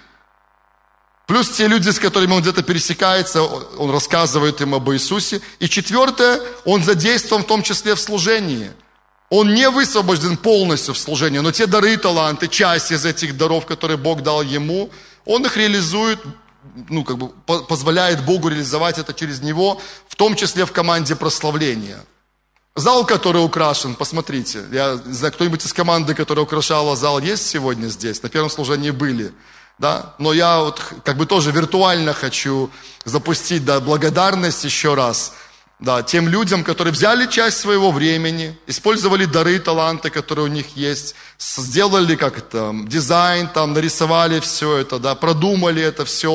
Плюс те люди, с которыми он где-то пересекается, он рассказывает им об Иисусе. И четвертое, он задействован в том числе в служении. Он не высвобожден полностью в служении, но те дары и таланты, часть из этих даров, которые Бог дал ему, он их реализует, ну, как бы позволяет Богу реализовать это через него, в том числе в команде прославления. Зал, который украшен, посмотрите, я не знаю, кто-нибудь из команды, которая украшала зал, есть сегодня здесь? На первом служении были. Да? Но я вот как бы тоже виртуально хочу запустить, да, благодарность еще раз, да, тем людям, которые взяли часть своего времени, использовали дары и таланты, которые у них есть, сделали как это, дизайн, там, нарисовали все это, да, продумали это все,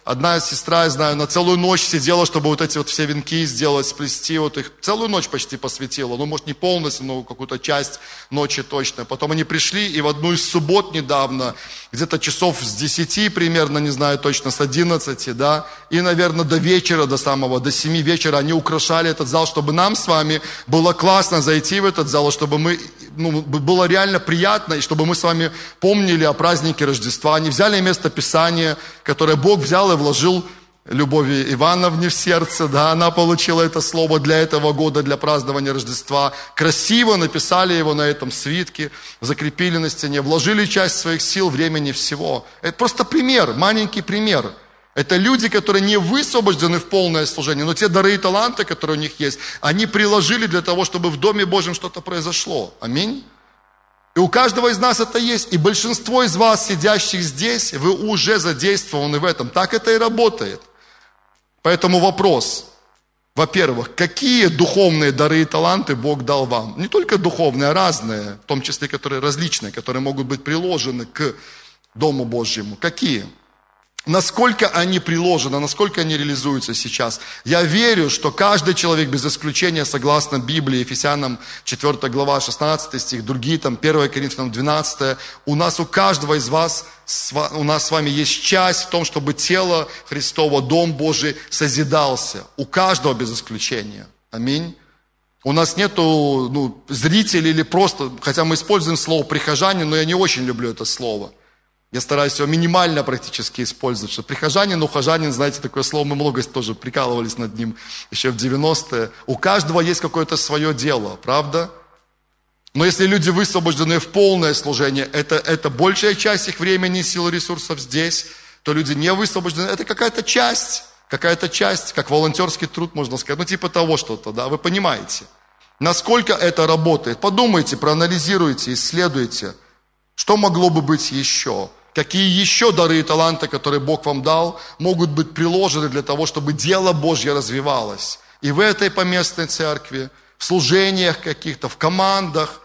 одна сестра, я знаю, на целую ночь сидела, чтобы вот эти вот все венки сделать, сплести, вот их целую ночь почти посвятила, ну, может, не полностью, но какую-то часть ночи точно. Потом они пришли, и в одну из суббот недавно, где-то часов с десяти примерно, не знаю точно, с одиннадцати, да, и, наверное, до вечера, до самого, до семи вечера они украшали этот зал, чтобы нам с вами было классно зайти в этот зал, чтобы мы, ну, было реально приятно, и чтобы мы с вами помнили о празднике Рождества. Они взяли место Писания, которое Бог взял и вложил Любови Ивановне в сердце, да, она получила это слово для этого года, для празднования Рождества. Красиво написали его на этом свитке, закрепили на стене, вложили часть своих сил, времени, всего. Это просто пример, маленький пример. Это люди, которые не высвобождены в полное служение, но те дары и таланты, которые у них есть, они приложили для того, чтобы в Доме Божьем что-то произошло. Аминь. И у каждого из нас это есть. И большинство из вас, сидящих здесь, вы уже задействованы в этом. Так это и работает. Поэтому вопрос. Во-первых, какие духовные дары и таланты Бог дал вам? Не только духовные, а разные, в том числе, которые различные, которые могут быть приложены к Дому Божьему. Какие? Насколько они приложены, насколько они реализуются сейчас. Я верю, что каждый человек, без исключения, согласно Библии, Ефесянам четвёртая глава, шестнадцатый стих, другие там, первое Коринфянам двенадцатое, у нас, у каждого из вас, у нас с вами есть часть в том, чтобы тело Христово, Дом Божий созидался. У каждого без исключения. Аминь. У нас нету ну, зрителей или просто, хотя мы используем слово «прихожане», но я не очень люблю это слово. Я стараюсь его минимально практически использовать. Что прихожанин, ухожанин, знаете, такое слово, мы много тоже прикалывались над ним еще в девяностые. У каждого есть какое-то свое дело, правда? Но если люди высвобождены в полное служение, это, это большая часть их времени, сил и ресурсов здесь, то люди не высвобождены, это какая-то часть, какая-то часть, как волонтерский труд, можно сказать, ну типа того что-то, да, вы понимаете. Насколько это работает? Подумайте, проанализируйте, исследуйте, что могло бы быть еще. Какие еще дары и таланты, которые Бог вам дал, могут быть приложены для того, чтобы дело Божье развивалось. И в этой поместной церкви, в служениях каких-то, в командах.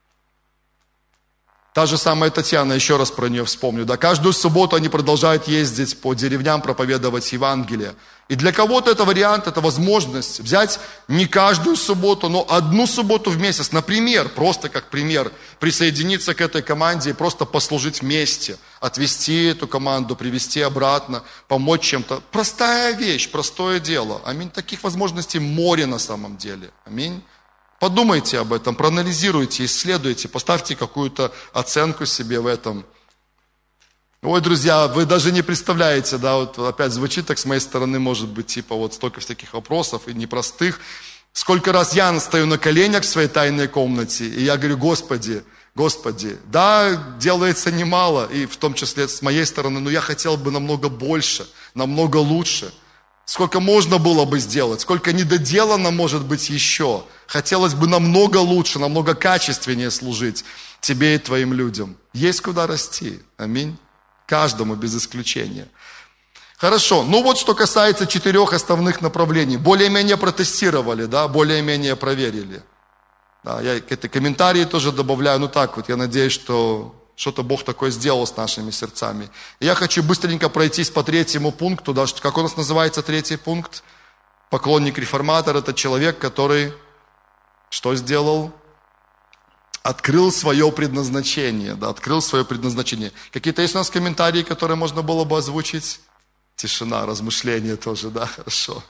Та же самая Татьяна, еще раз про нее вспомню. Да, каждую субботу они продолжают ездить по деревням, проповедовать Евангелие. И для кого-то это вариант, это возможность взять не каждую субботу, но одну субботу в месяц, например, просто как пример, присоединиться к этой команде и просто послужить вместе, отвести эту команду, привести обратно, помочь чем-то. Простая вещь, простое дело. Аминь. Таких возможностей море на самом деле. Аминь. Подумайте об этом, проанализируйте, исследуйте, поставьте какую-то оценку себе в этом. Ой, друзья, вы даже не представляете, да, вот опять звучит так с моей стороны, может быть, типа вот столько всяких вопросов и непростых. Сколько раз я стою на коленях в своей тайной комнате, и я говорю: Господи, Господи, да, делается немало, и в том числе с моей стороны, но я хотел бы намного больше, намного лучше. Сколько можно было бы сделать, сколько недоделано может быть еще. Хотелось бы намного лучше, намного качественнее служить тебе и твоим людям. Есть куда расти. Аминь. Каждому без исключения. Хорошо. Ну вот что касается четырех основных направлений. Более-менее протестировали, да, более-менее проверили. Да, я какие-то комментарии тоже добавляю. Ну так вот, я надеюсь, что что-то Бог такое сделал с нашими сердцами. И я хочу быстренько пройтись по третьему пункту. Да, как у нас называется третий пункт? Поклонник-реформатор – это человек, который что сделал? Открыл свое предназначение. Да, открыл свое предназначение. Какие-то есть у нас комментарии, которые можно было бы озвучить? Тишина, размышления тоже, да, хорошо.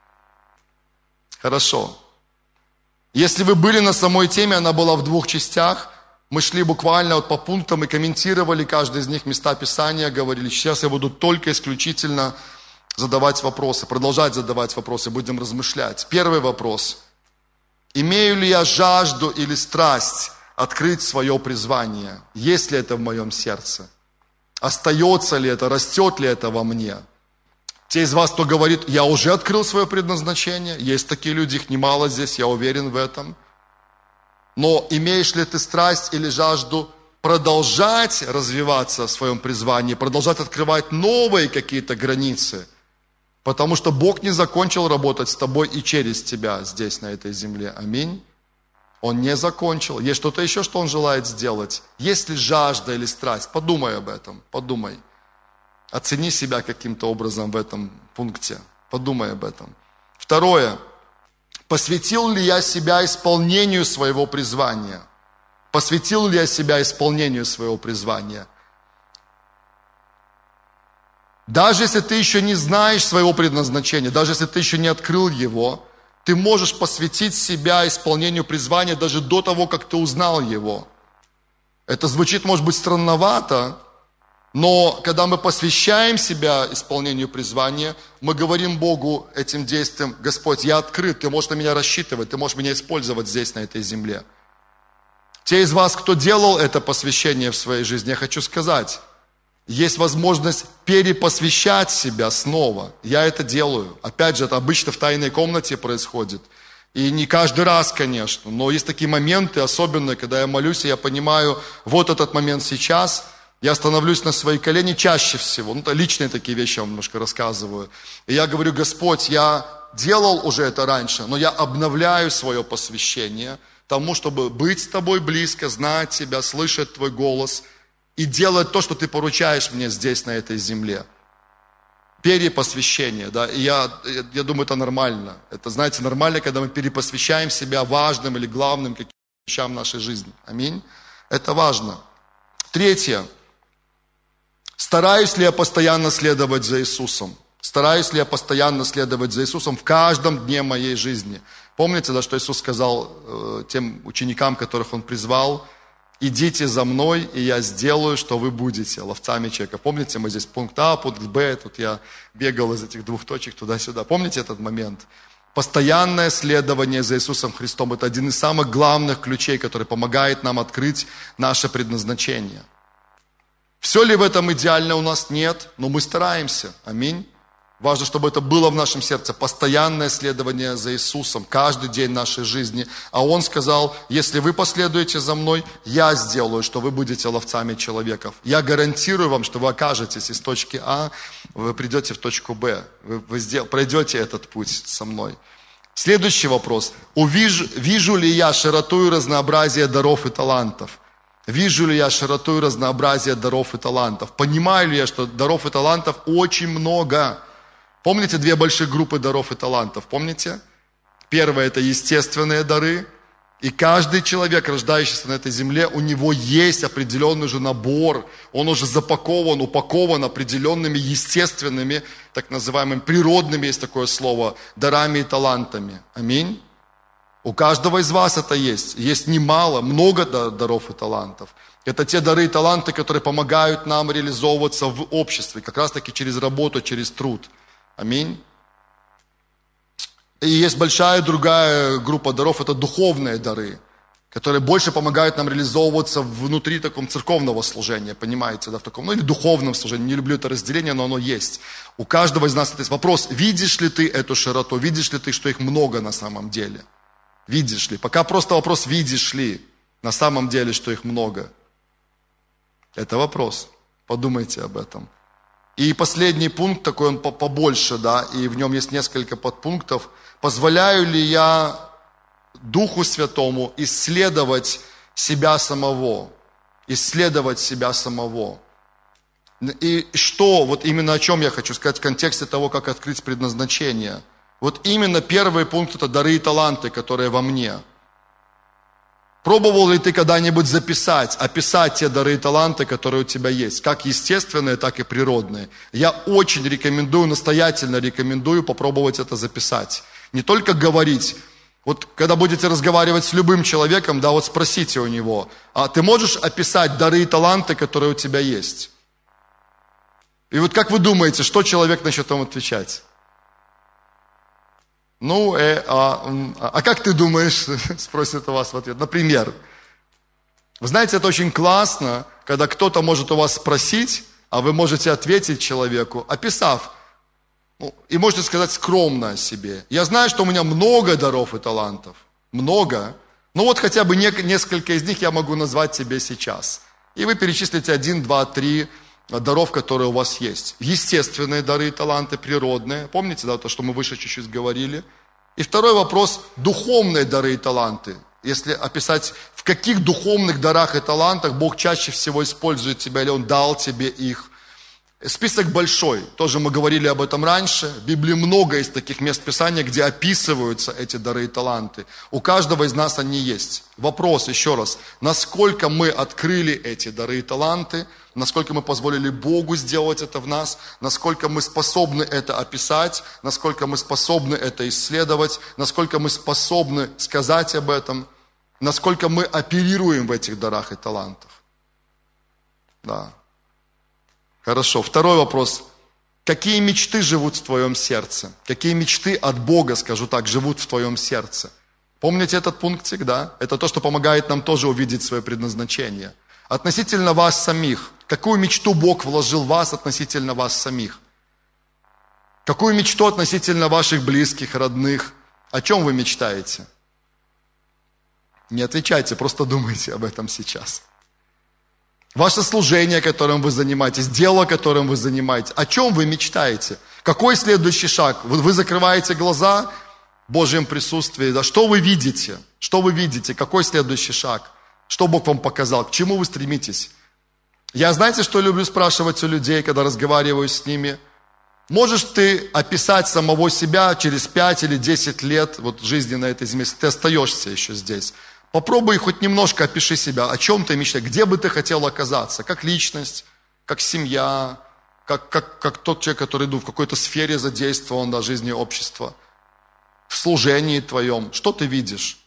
Хорошо. Если вы были на самой теме, она была в двух частях. Мы шли буквально вот по пунктам и комментировали каждый из них места Писания, говорили. Сейчас я буду только исключительно задавать вопросы, продолжать задавать вопросы, будем размышлять. Первый вопрос. Имею ли я жажду или страсть открыть свое призвание? Есть ли это в моем сердце? Остается ли это, растет ли это во мне? Те из вас, кто говорит: я уже открыл свое предназначение, есть такие люди, их немало здесь, я уверен в этом. Но имеешь ли ты страсть или жажду продолжать развиваться в своем призвании, продолжать открывать новые какие-то границы? Потому что Бог не закончил работать с тобой и через тебя здесь, на этой земле. Аминь. Он не закончил. Есть что-то еще, что Он желает сделать? Есть ли жажда или страсть? Подумай об этом, подумай. Оцени себя каким-то образом в этом пункте. Подумай об этом. Второе. Посвятил ли я себя исполнению своего призвания? Посвятил ли я себя исполнению своего призвания? Даже если ты еще не знаешь своего предназначения, даже если ты еще не открыл его, ты можешь посвятить себя исполнению призвания даже до того, как ты узнал его. Это звучит, может быть, странновато, но когда мы посвящаем себя исполнению призвания, мы говорим Богу этим действием: Господь, я открыт, ты можешь на меня рассчитывать, ты можешь меня использовать здесь, на этой земле. Те из вас, кто делал это посвящение в своей жизни, я хочу сказать, есть возможность перепосвящать себя снова. Я это делаю. Опять же, это обычно в тайной комнате происходит. И не каждый раз, конечно, но есть такие моменты, особенно когда я молюсь, и я понимаю, вот этот момент сейчас, я становлюсь на свои колени чаще всего. Ну, это личные такие вещи я вам немножко рассказываю. И я говорю: Господь, я делал уже это раньше, но я обновляю свое посвящение тому, чтобы быть с Тобой близко, знать Тебя, слышать Твой голос и делать то, что Ты поручаешь мне здесь, на этой земле. Перепосвящение, да, и я, я, я думаю, это нормально. Это, знаете, нормально, когда мы перепосвящаем себя важным или главным каким-то вещам нашей жизни. Аминь. Это важно. Третье. Стараюсь ли я постоянно следовать за Иисусом? Стараюсь ли я постоянно следовать за Иисусом в каждом дне моей жизни? Помните, да, что Иисус сказал э, тем ученикам, которых Он призвал: идите за мной, и я сделаю, что вы будете ловцами человека. Помните, мы здесь пункт А, пункт Б, тут я бегал из этих двух точек туда-сюда. Помните этот момент? Постоянное следование за Иисусом Христом – это один из самых главных ключей, который помогает нам открыть наше предназначение. Все ли в этом идеально? У нас нет, но мы стараемся. Аминь. Важно, чтобы это было в нашем сердце, постоянное следование за Иисусом, каждый день нашей жизни. А Он сказал: если вы последуете за мной, я сделаю, что вы будете ловцами человеков. Я гарантирую вам, что вы окажетесь из точки А, вы придете в точку Б. Вы, вы сдел... пройдете этот путь со мной. Следующий вопрос. Увижу, вижу ли я широту и разнообразие даров и талантов? Вижу ли я широту и разнообразие даров и талантов? Понимаю ли я, что даров и талантов очень много? Помните две большие группы даров и талантов? Помните? Первое – это естественные дары. И каждый человек, рождающийся на этой земле, у него есть определенный же набор. Он уже запакован, упакован определенными естественными, так называемыми природными, есть такое слово, дарами и талантами. Аминь. У каждого из вас это есть. Есть немало, много даров и талантов. Это те дары и таланты, которые помогают нам реализовываться в обществе, как раз таки через работу, через труд. Аминь. И есть большая другая группа даров, это духовные дары, которые больше помогают нам реализовываться внутри такого церковного служения, понимаете, да, в таком, ну или духовном служении, не люблю это разделение, но оно есть. У каждого из нас есть вопрос: видишь ли ты эту широту, видишь ли ты, что их много на самом деле? Видишь ли? Пока просто вопрос: видишь ли на самом деле, что их много? Это вопрос. Подумайте об этом. И последний пункт, такой он побольше, да, и в нем есть несколько подпунктов. Позволяю ли я Духу Святому исследовать себя самого? Исследовать себя самого. И что, вот именно о чем я хочу сказать в контексте того, как открыть предназначение. Вот именно первый пункт – это дары и таланты, которые во мне. Пробовал ли ты когда-нибудь записать, описать те дары и таланты, которые у тебя есть, как естественные, так и природные? Я очень рекомендую, настоятельно рекомендую попробовать это записать. Не только говорить. Вот когда будете разговаривать с любым человеком, да, вот спросите у него: а ты можешь описать дары и таланты, которые у тебя есть? И вот как вы думаете, что человек начнет вам отвечать? Ну, э, а, а как ты думаешь, спросит у вас в ответ. Например, вы знаете, это очень классно, когда кто-то может у вас спросить, а вы можете ответить человеку, описав, ну, и можете сказать скромно о себе. Я знаю, что у меня много даров и талантов, много, но вот хотя бы не, несколько из них я могу назвать тебе сейчас. И вы перечислите один, два, три даров, которые у вас есть. Естественные дары и таланты, природные. Помните, да, то, что мы выше чуть-чуть говорили? И второй вопрос – духовные дары и таланты. Если описать, в каких духовных дарах и талантах Бог чаще всего использует тебя, или Он дал тебе их. Список большой, тоже мы говорили об этом раньше. В Библии много из таких мест Писания, где описываются эти дары и таланты. У каждого из нас они есть. Вопрос еще раз, насколько мы открыли эти дары и таланты, насколько мы позволили Богу сделать это в нас, насколько мы способны это описать, насколько мы способны это исследовать, насколько мы способны сказать об этом, насколько мы оперируем в этих дарах и талантах. Да. Хорошо. Второй вопрос. Какие мечты живут в твоем сердце? Какие мечты от Бога, скажу так, живут в твоем сердце? Помните этот пунктик, да? Это то, что помогает нам тоже увидеть свое предназначение. Относительно вас самих. Какую мечту Бог вложил в вас относительно вас самих? Какую мечту относительно ваших близких, родных? О чем вы мечтаете? Не отвечайте, просто думайте об этом сейчас. Ваше служение, которым вы занимаетесь, дело, которым вы занимаетесь. О чем вы мечтаете? Какой следующий шаг? Вы, вы закрываете глаза в Божьем присутствии. Да? Что вы видите? Что вы видите? Какой следующий шаг? Что Бог вам показал? К чему вы стремитесь? Я, знаете, что люблю спрашивать у людей, когда разговариваю с ними? Можешь ты описать самого себя через пять или десять лет вот, жизни на этой земле, если ты остаешься еще здесь? Попробуй хоть немножко опиши себя, о чем ты мечтаешь, где бы ты хотел оказаться, как личность, как семья, как, как, как тот человек, который ну, в какой-то сфере задействован до жизни общества, в служении твоем. Что ты видишь?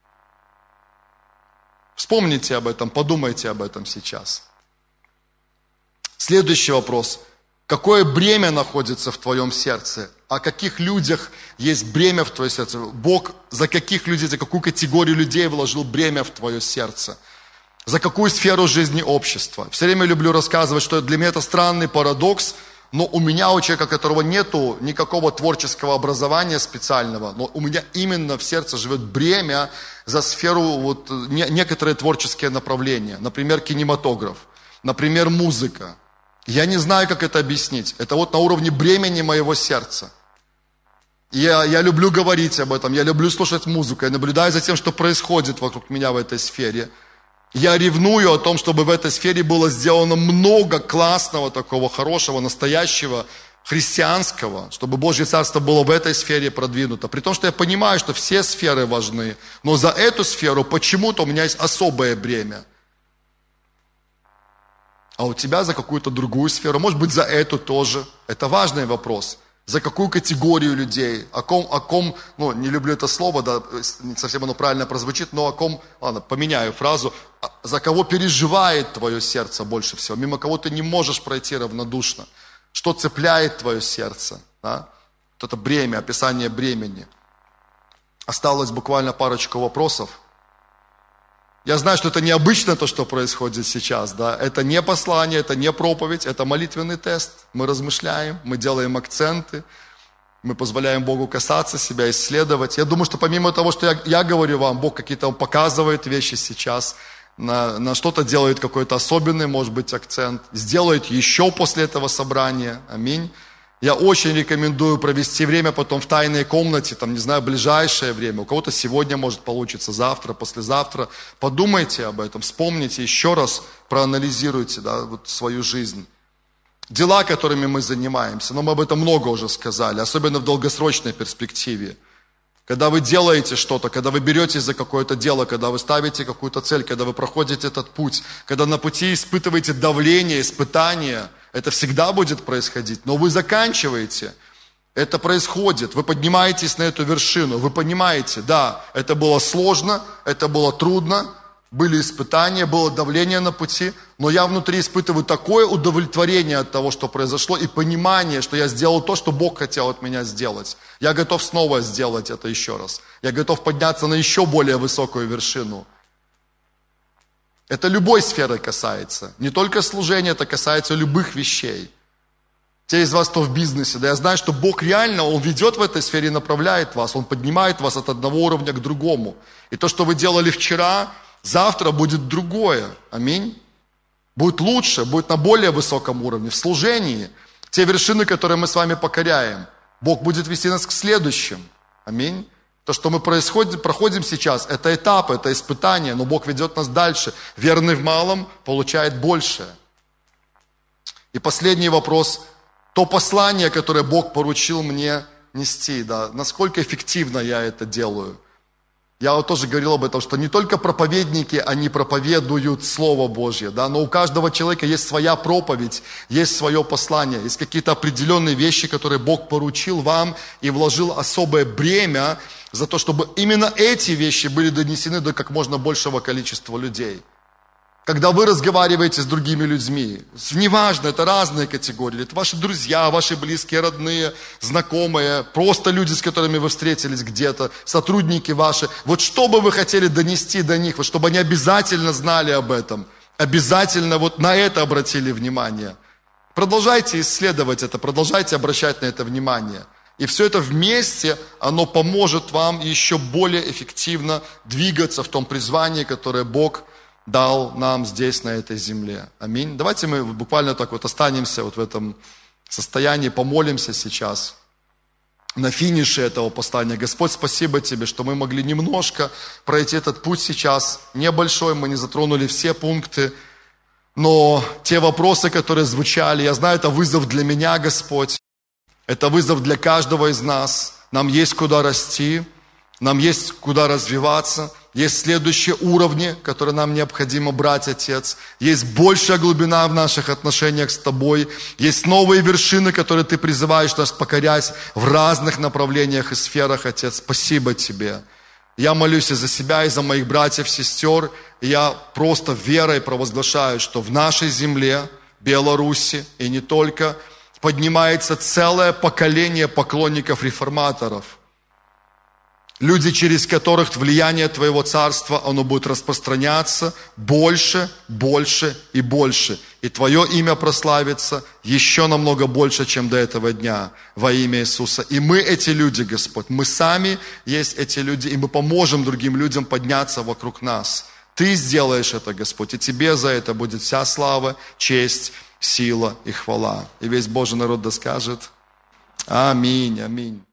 Вспомните об этом, подумайте об этом сейчас. Следующий вопрос. Какое бремя находится в твоем сердце? О каких людях есть бремя в твоем сердце? Бог за каких людей, за какую категорию людей вложил бремя в твое сердце? За какую сферу жизни общества? Все время люблю рассказывать, что для меня это странный парадокс, но у меня, у человека, у которого нету никакого творческого образования специального, но у меня именно в сердце живет бремя за сферу, вот, не, некоторые творческие направления. Например, кинематограф, например, музыка. Я не знаю, как это объяснить. Это вот на уровне бремени моего сердца. Я, я люблю говорить об этом, я люблю слушать музыку, я наблюдаю за тем, что происходит вокруг меня в этой сфере. Я ревную о том, чтобы в этой сфере было сделано много классного, такого хорошего, настоящего, христианского, чтобы Божье Царство было в этой сфере продвинуто. При том, что я понимаю, что все сферы важны, но за эту сферу почему-то у меня есть особое бремя. А у тебя за какую-то другую сферу, может быть, за эту тоже. Это важный вопрос. За какую категорию людей, о ком, о ком, ну, не люблю это слово, да, не совсем оно правильно прозвучит, но о ком, ладно, поменяю фразу, за кого переживает твое сердце больше всего, мимо кого ты не можешь пройти равнодушно, что цепляет твое сердце, да? Вот это бремя, описание бремени. Осталось буквально парочку вопросов. Я знаю, что это необычно то, что происходит сейчас, да, это не послание, это не проповедь, это молитвенный тест. Мы размышляем, мы делаем акценты, мы позволяем Богу касаться себя, исследовать. Я думаю, что помимо того, что я, я говорю вам, Бог какие-то показывает вещи сейчас, на, на что-то делает какой-то особенный, может быть, акцент, сделает еще после этого собрания. Аминь. Я очень рекомендую провести время потом в тайной комнате, там, не знаю, ближайшее время. У кого-то сегодня может получиться, завтра, послезавтра. Подумайте об этом, вспомните еще раз, проанализируйте, да, вот свою жизнь. Дела, которыми мы занимаемся, но мы об этом много уже сказали, особенно в долгосрочной перспективе. Когда вы делаете что-то, когда вы беретесь за какое-то дело, когда вы ставите какую-то цель, когда вы проходите этот путь, когда на пути испытываете давление, испытания, это всегда будет происходить, но вы заканчиваете, это происходит, вы поднимаетесь на эту вершину, вы понимаете, да, это было сложно, это было трудно, были испытания, было давление на пути, но я внутри испытываю такое удовлетворение от того, что произошло, и понимание, что я сделал то, что Бог хотел от меня сделать. Я готов снова сделать это еще раз. Я готов подняться на еще более высокую вершину. Это любой сферы касается. Не только служения, это касается любых вещей. Те из вас, кто в бизнесе, да я знаю, что Бог реально, Он ведет в этой сфере и направляет вас. Он поднимает вас от одного уровня к другому. И то, что вы делали вчера, завтра будет другое. Аминь. Будет лучше, будет на более высоком уровне. В служении, те вершины, которые мы с вами покоряем, Бог будет вести нас к следующим. Аминь. То, что мы происходим, проходим сейчас, это этап, это испытание, но Бог ведет нас дальше. Верный в малом получает большее. И последний вопрос. То послание, которое Бог поручил мне нести, да, насколько эффективно я это делаю? Я вот тоже говорил об этом, что не только проповедники, они проповедуют Слово Божье, да, но у каждого человека есть своя проповедь, есть свое послание, есть какие-то определенные вещи, которые Бог поручил вам и вложил особое бремя за то, чтобы именно эти вещи были донесены до как можно большего количества людей. Когда вы разговариваете с другими людьми, неважно, это разные категории, это ваши друзья, ваши близкие, родные, знакомые, просто люди, с которыми вы встретились где-то, сотрудники ваши. Вот что бы вы хотели донести до них, вот чтобы они обязательно знали об этом, обязательно вот на это обратили внимание. Продолжайте исследовать это, продолжайте обращать на это внимание. И все это вместе, оно поможет вам еще более эффективно двигаться в том призвании, которое Бог дал нам здесь, на этой земле. Аминь. Давайте мы буквально так вот останемся вот в этом состоянии, помолимся сейчас на финише этого послания. Господь, спасибо Тебе, что мы могли немножко пройти этот путь сейчас. Небольшой, мы не затронули все пункты, но те вопросы, которые звучали, я знаю, это вызов для меня, Господь. Это вызов для каждого из нас. Нам есть куда расти, нам есть куда развиваться. Есть следующие уровни, которые нам необходимо брать, Отец. Есть большая глубина в наших отношениях с Тобой. Есть новые вершины, которые Ты призываешь нас покорять в разных направлениях и сферах, Отец. Спасибо Тебе. Я молюсь и за себя, и за моих братьев, сестер. И я просто верой провозглашаю, что в нашей земле, Беларуси и не только, поднимается целое поколение поклонников-реформаторов. Люди, через которых влияние Твоего Царства, оно будет распространяться больше, больше и больше. И Твое имя прославится еще намного больше, чем до этого дня, во имя Иисуса. И мы эти люди, Господь, мы сами есть эти люди, и мы поможем другим людям подняться вокруг нас. Ты сделаешь это, Господь, и Тебе за это будет вся слава, честь, сила и хвала. И весь Божий народ да скажет: аминь, аминь.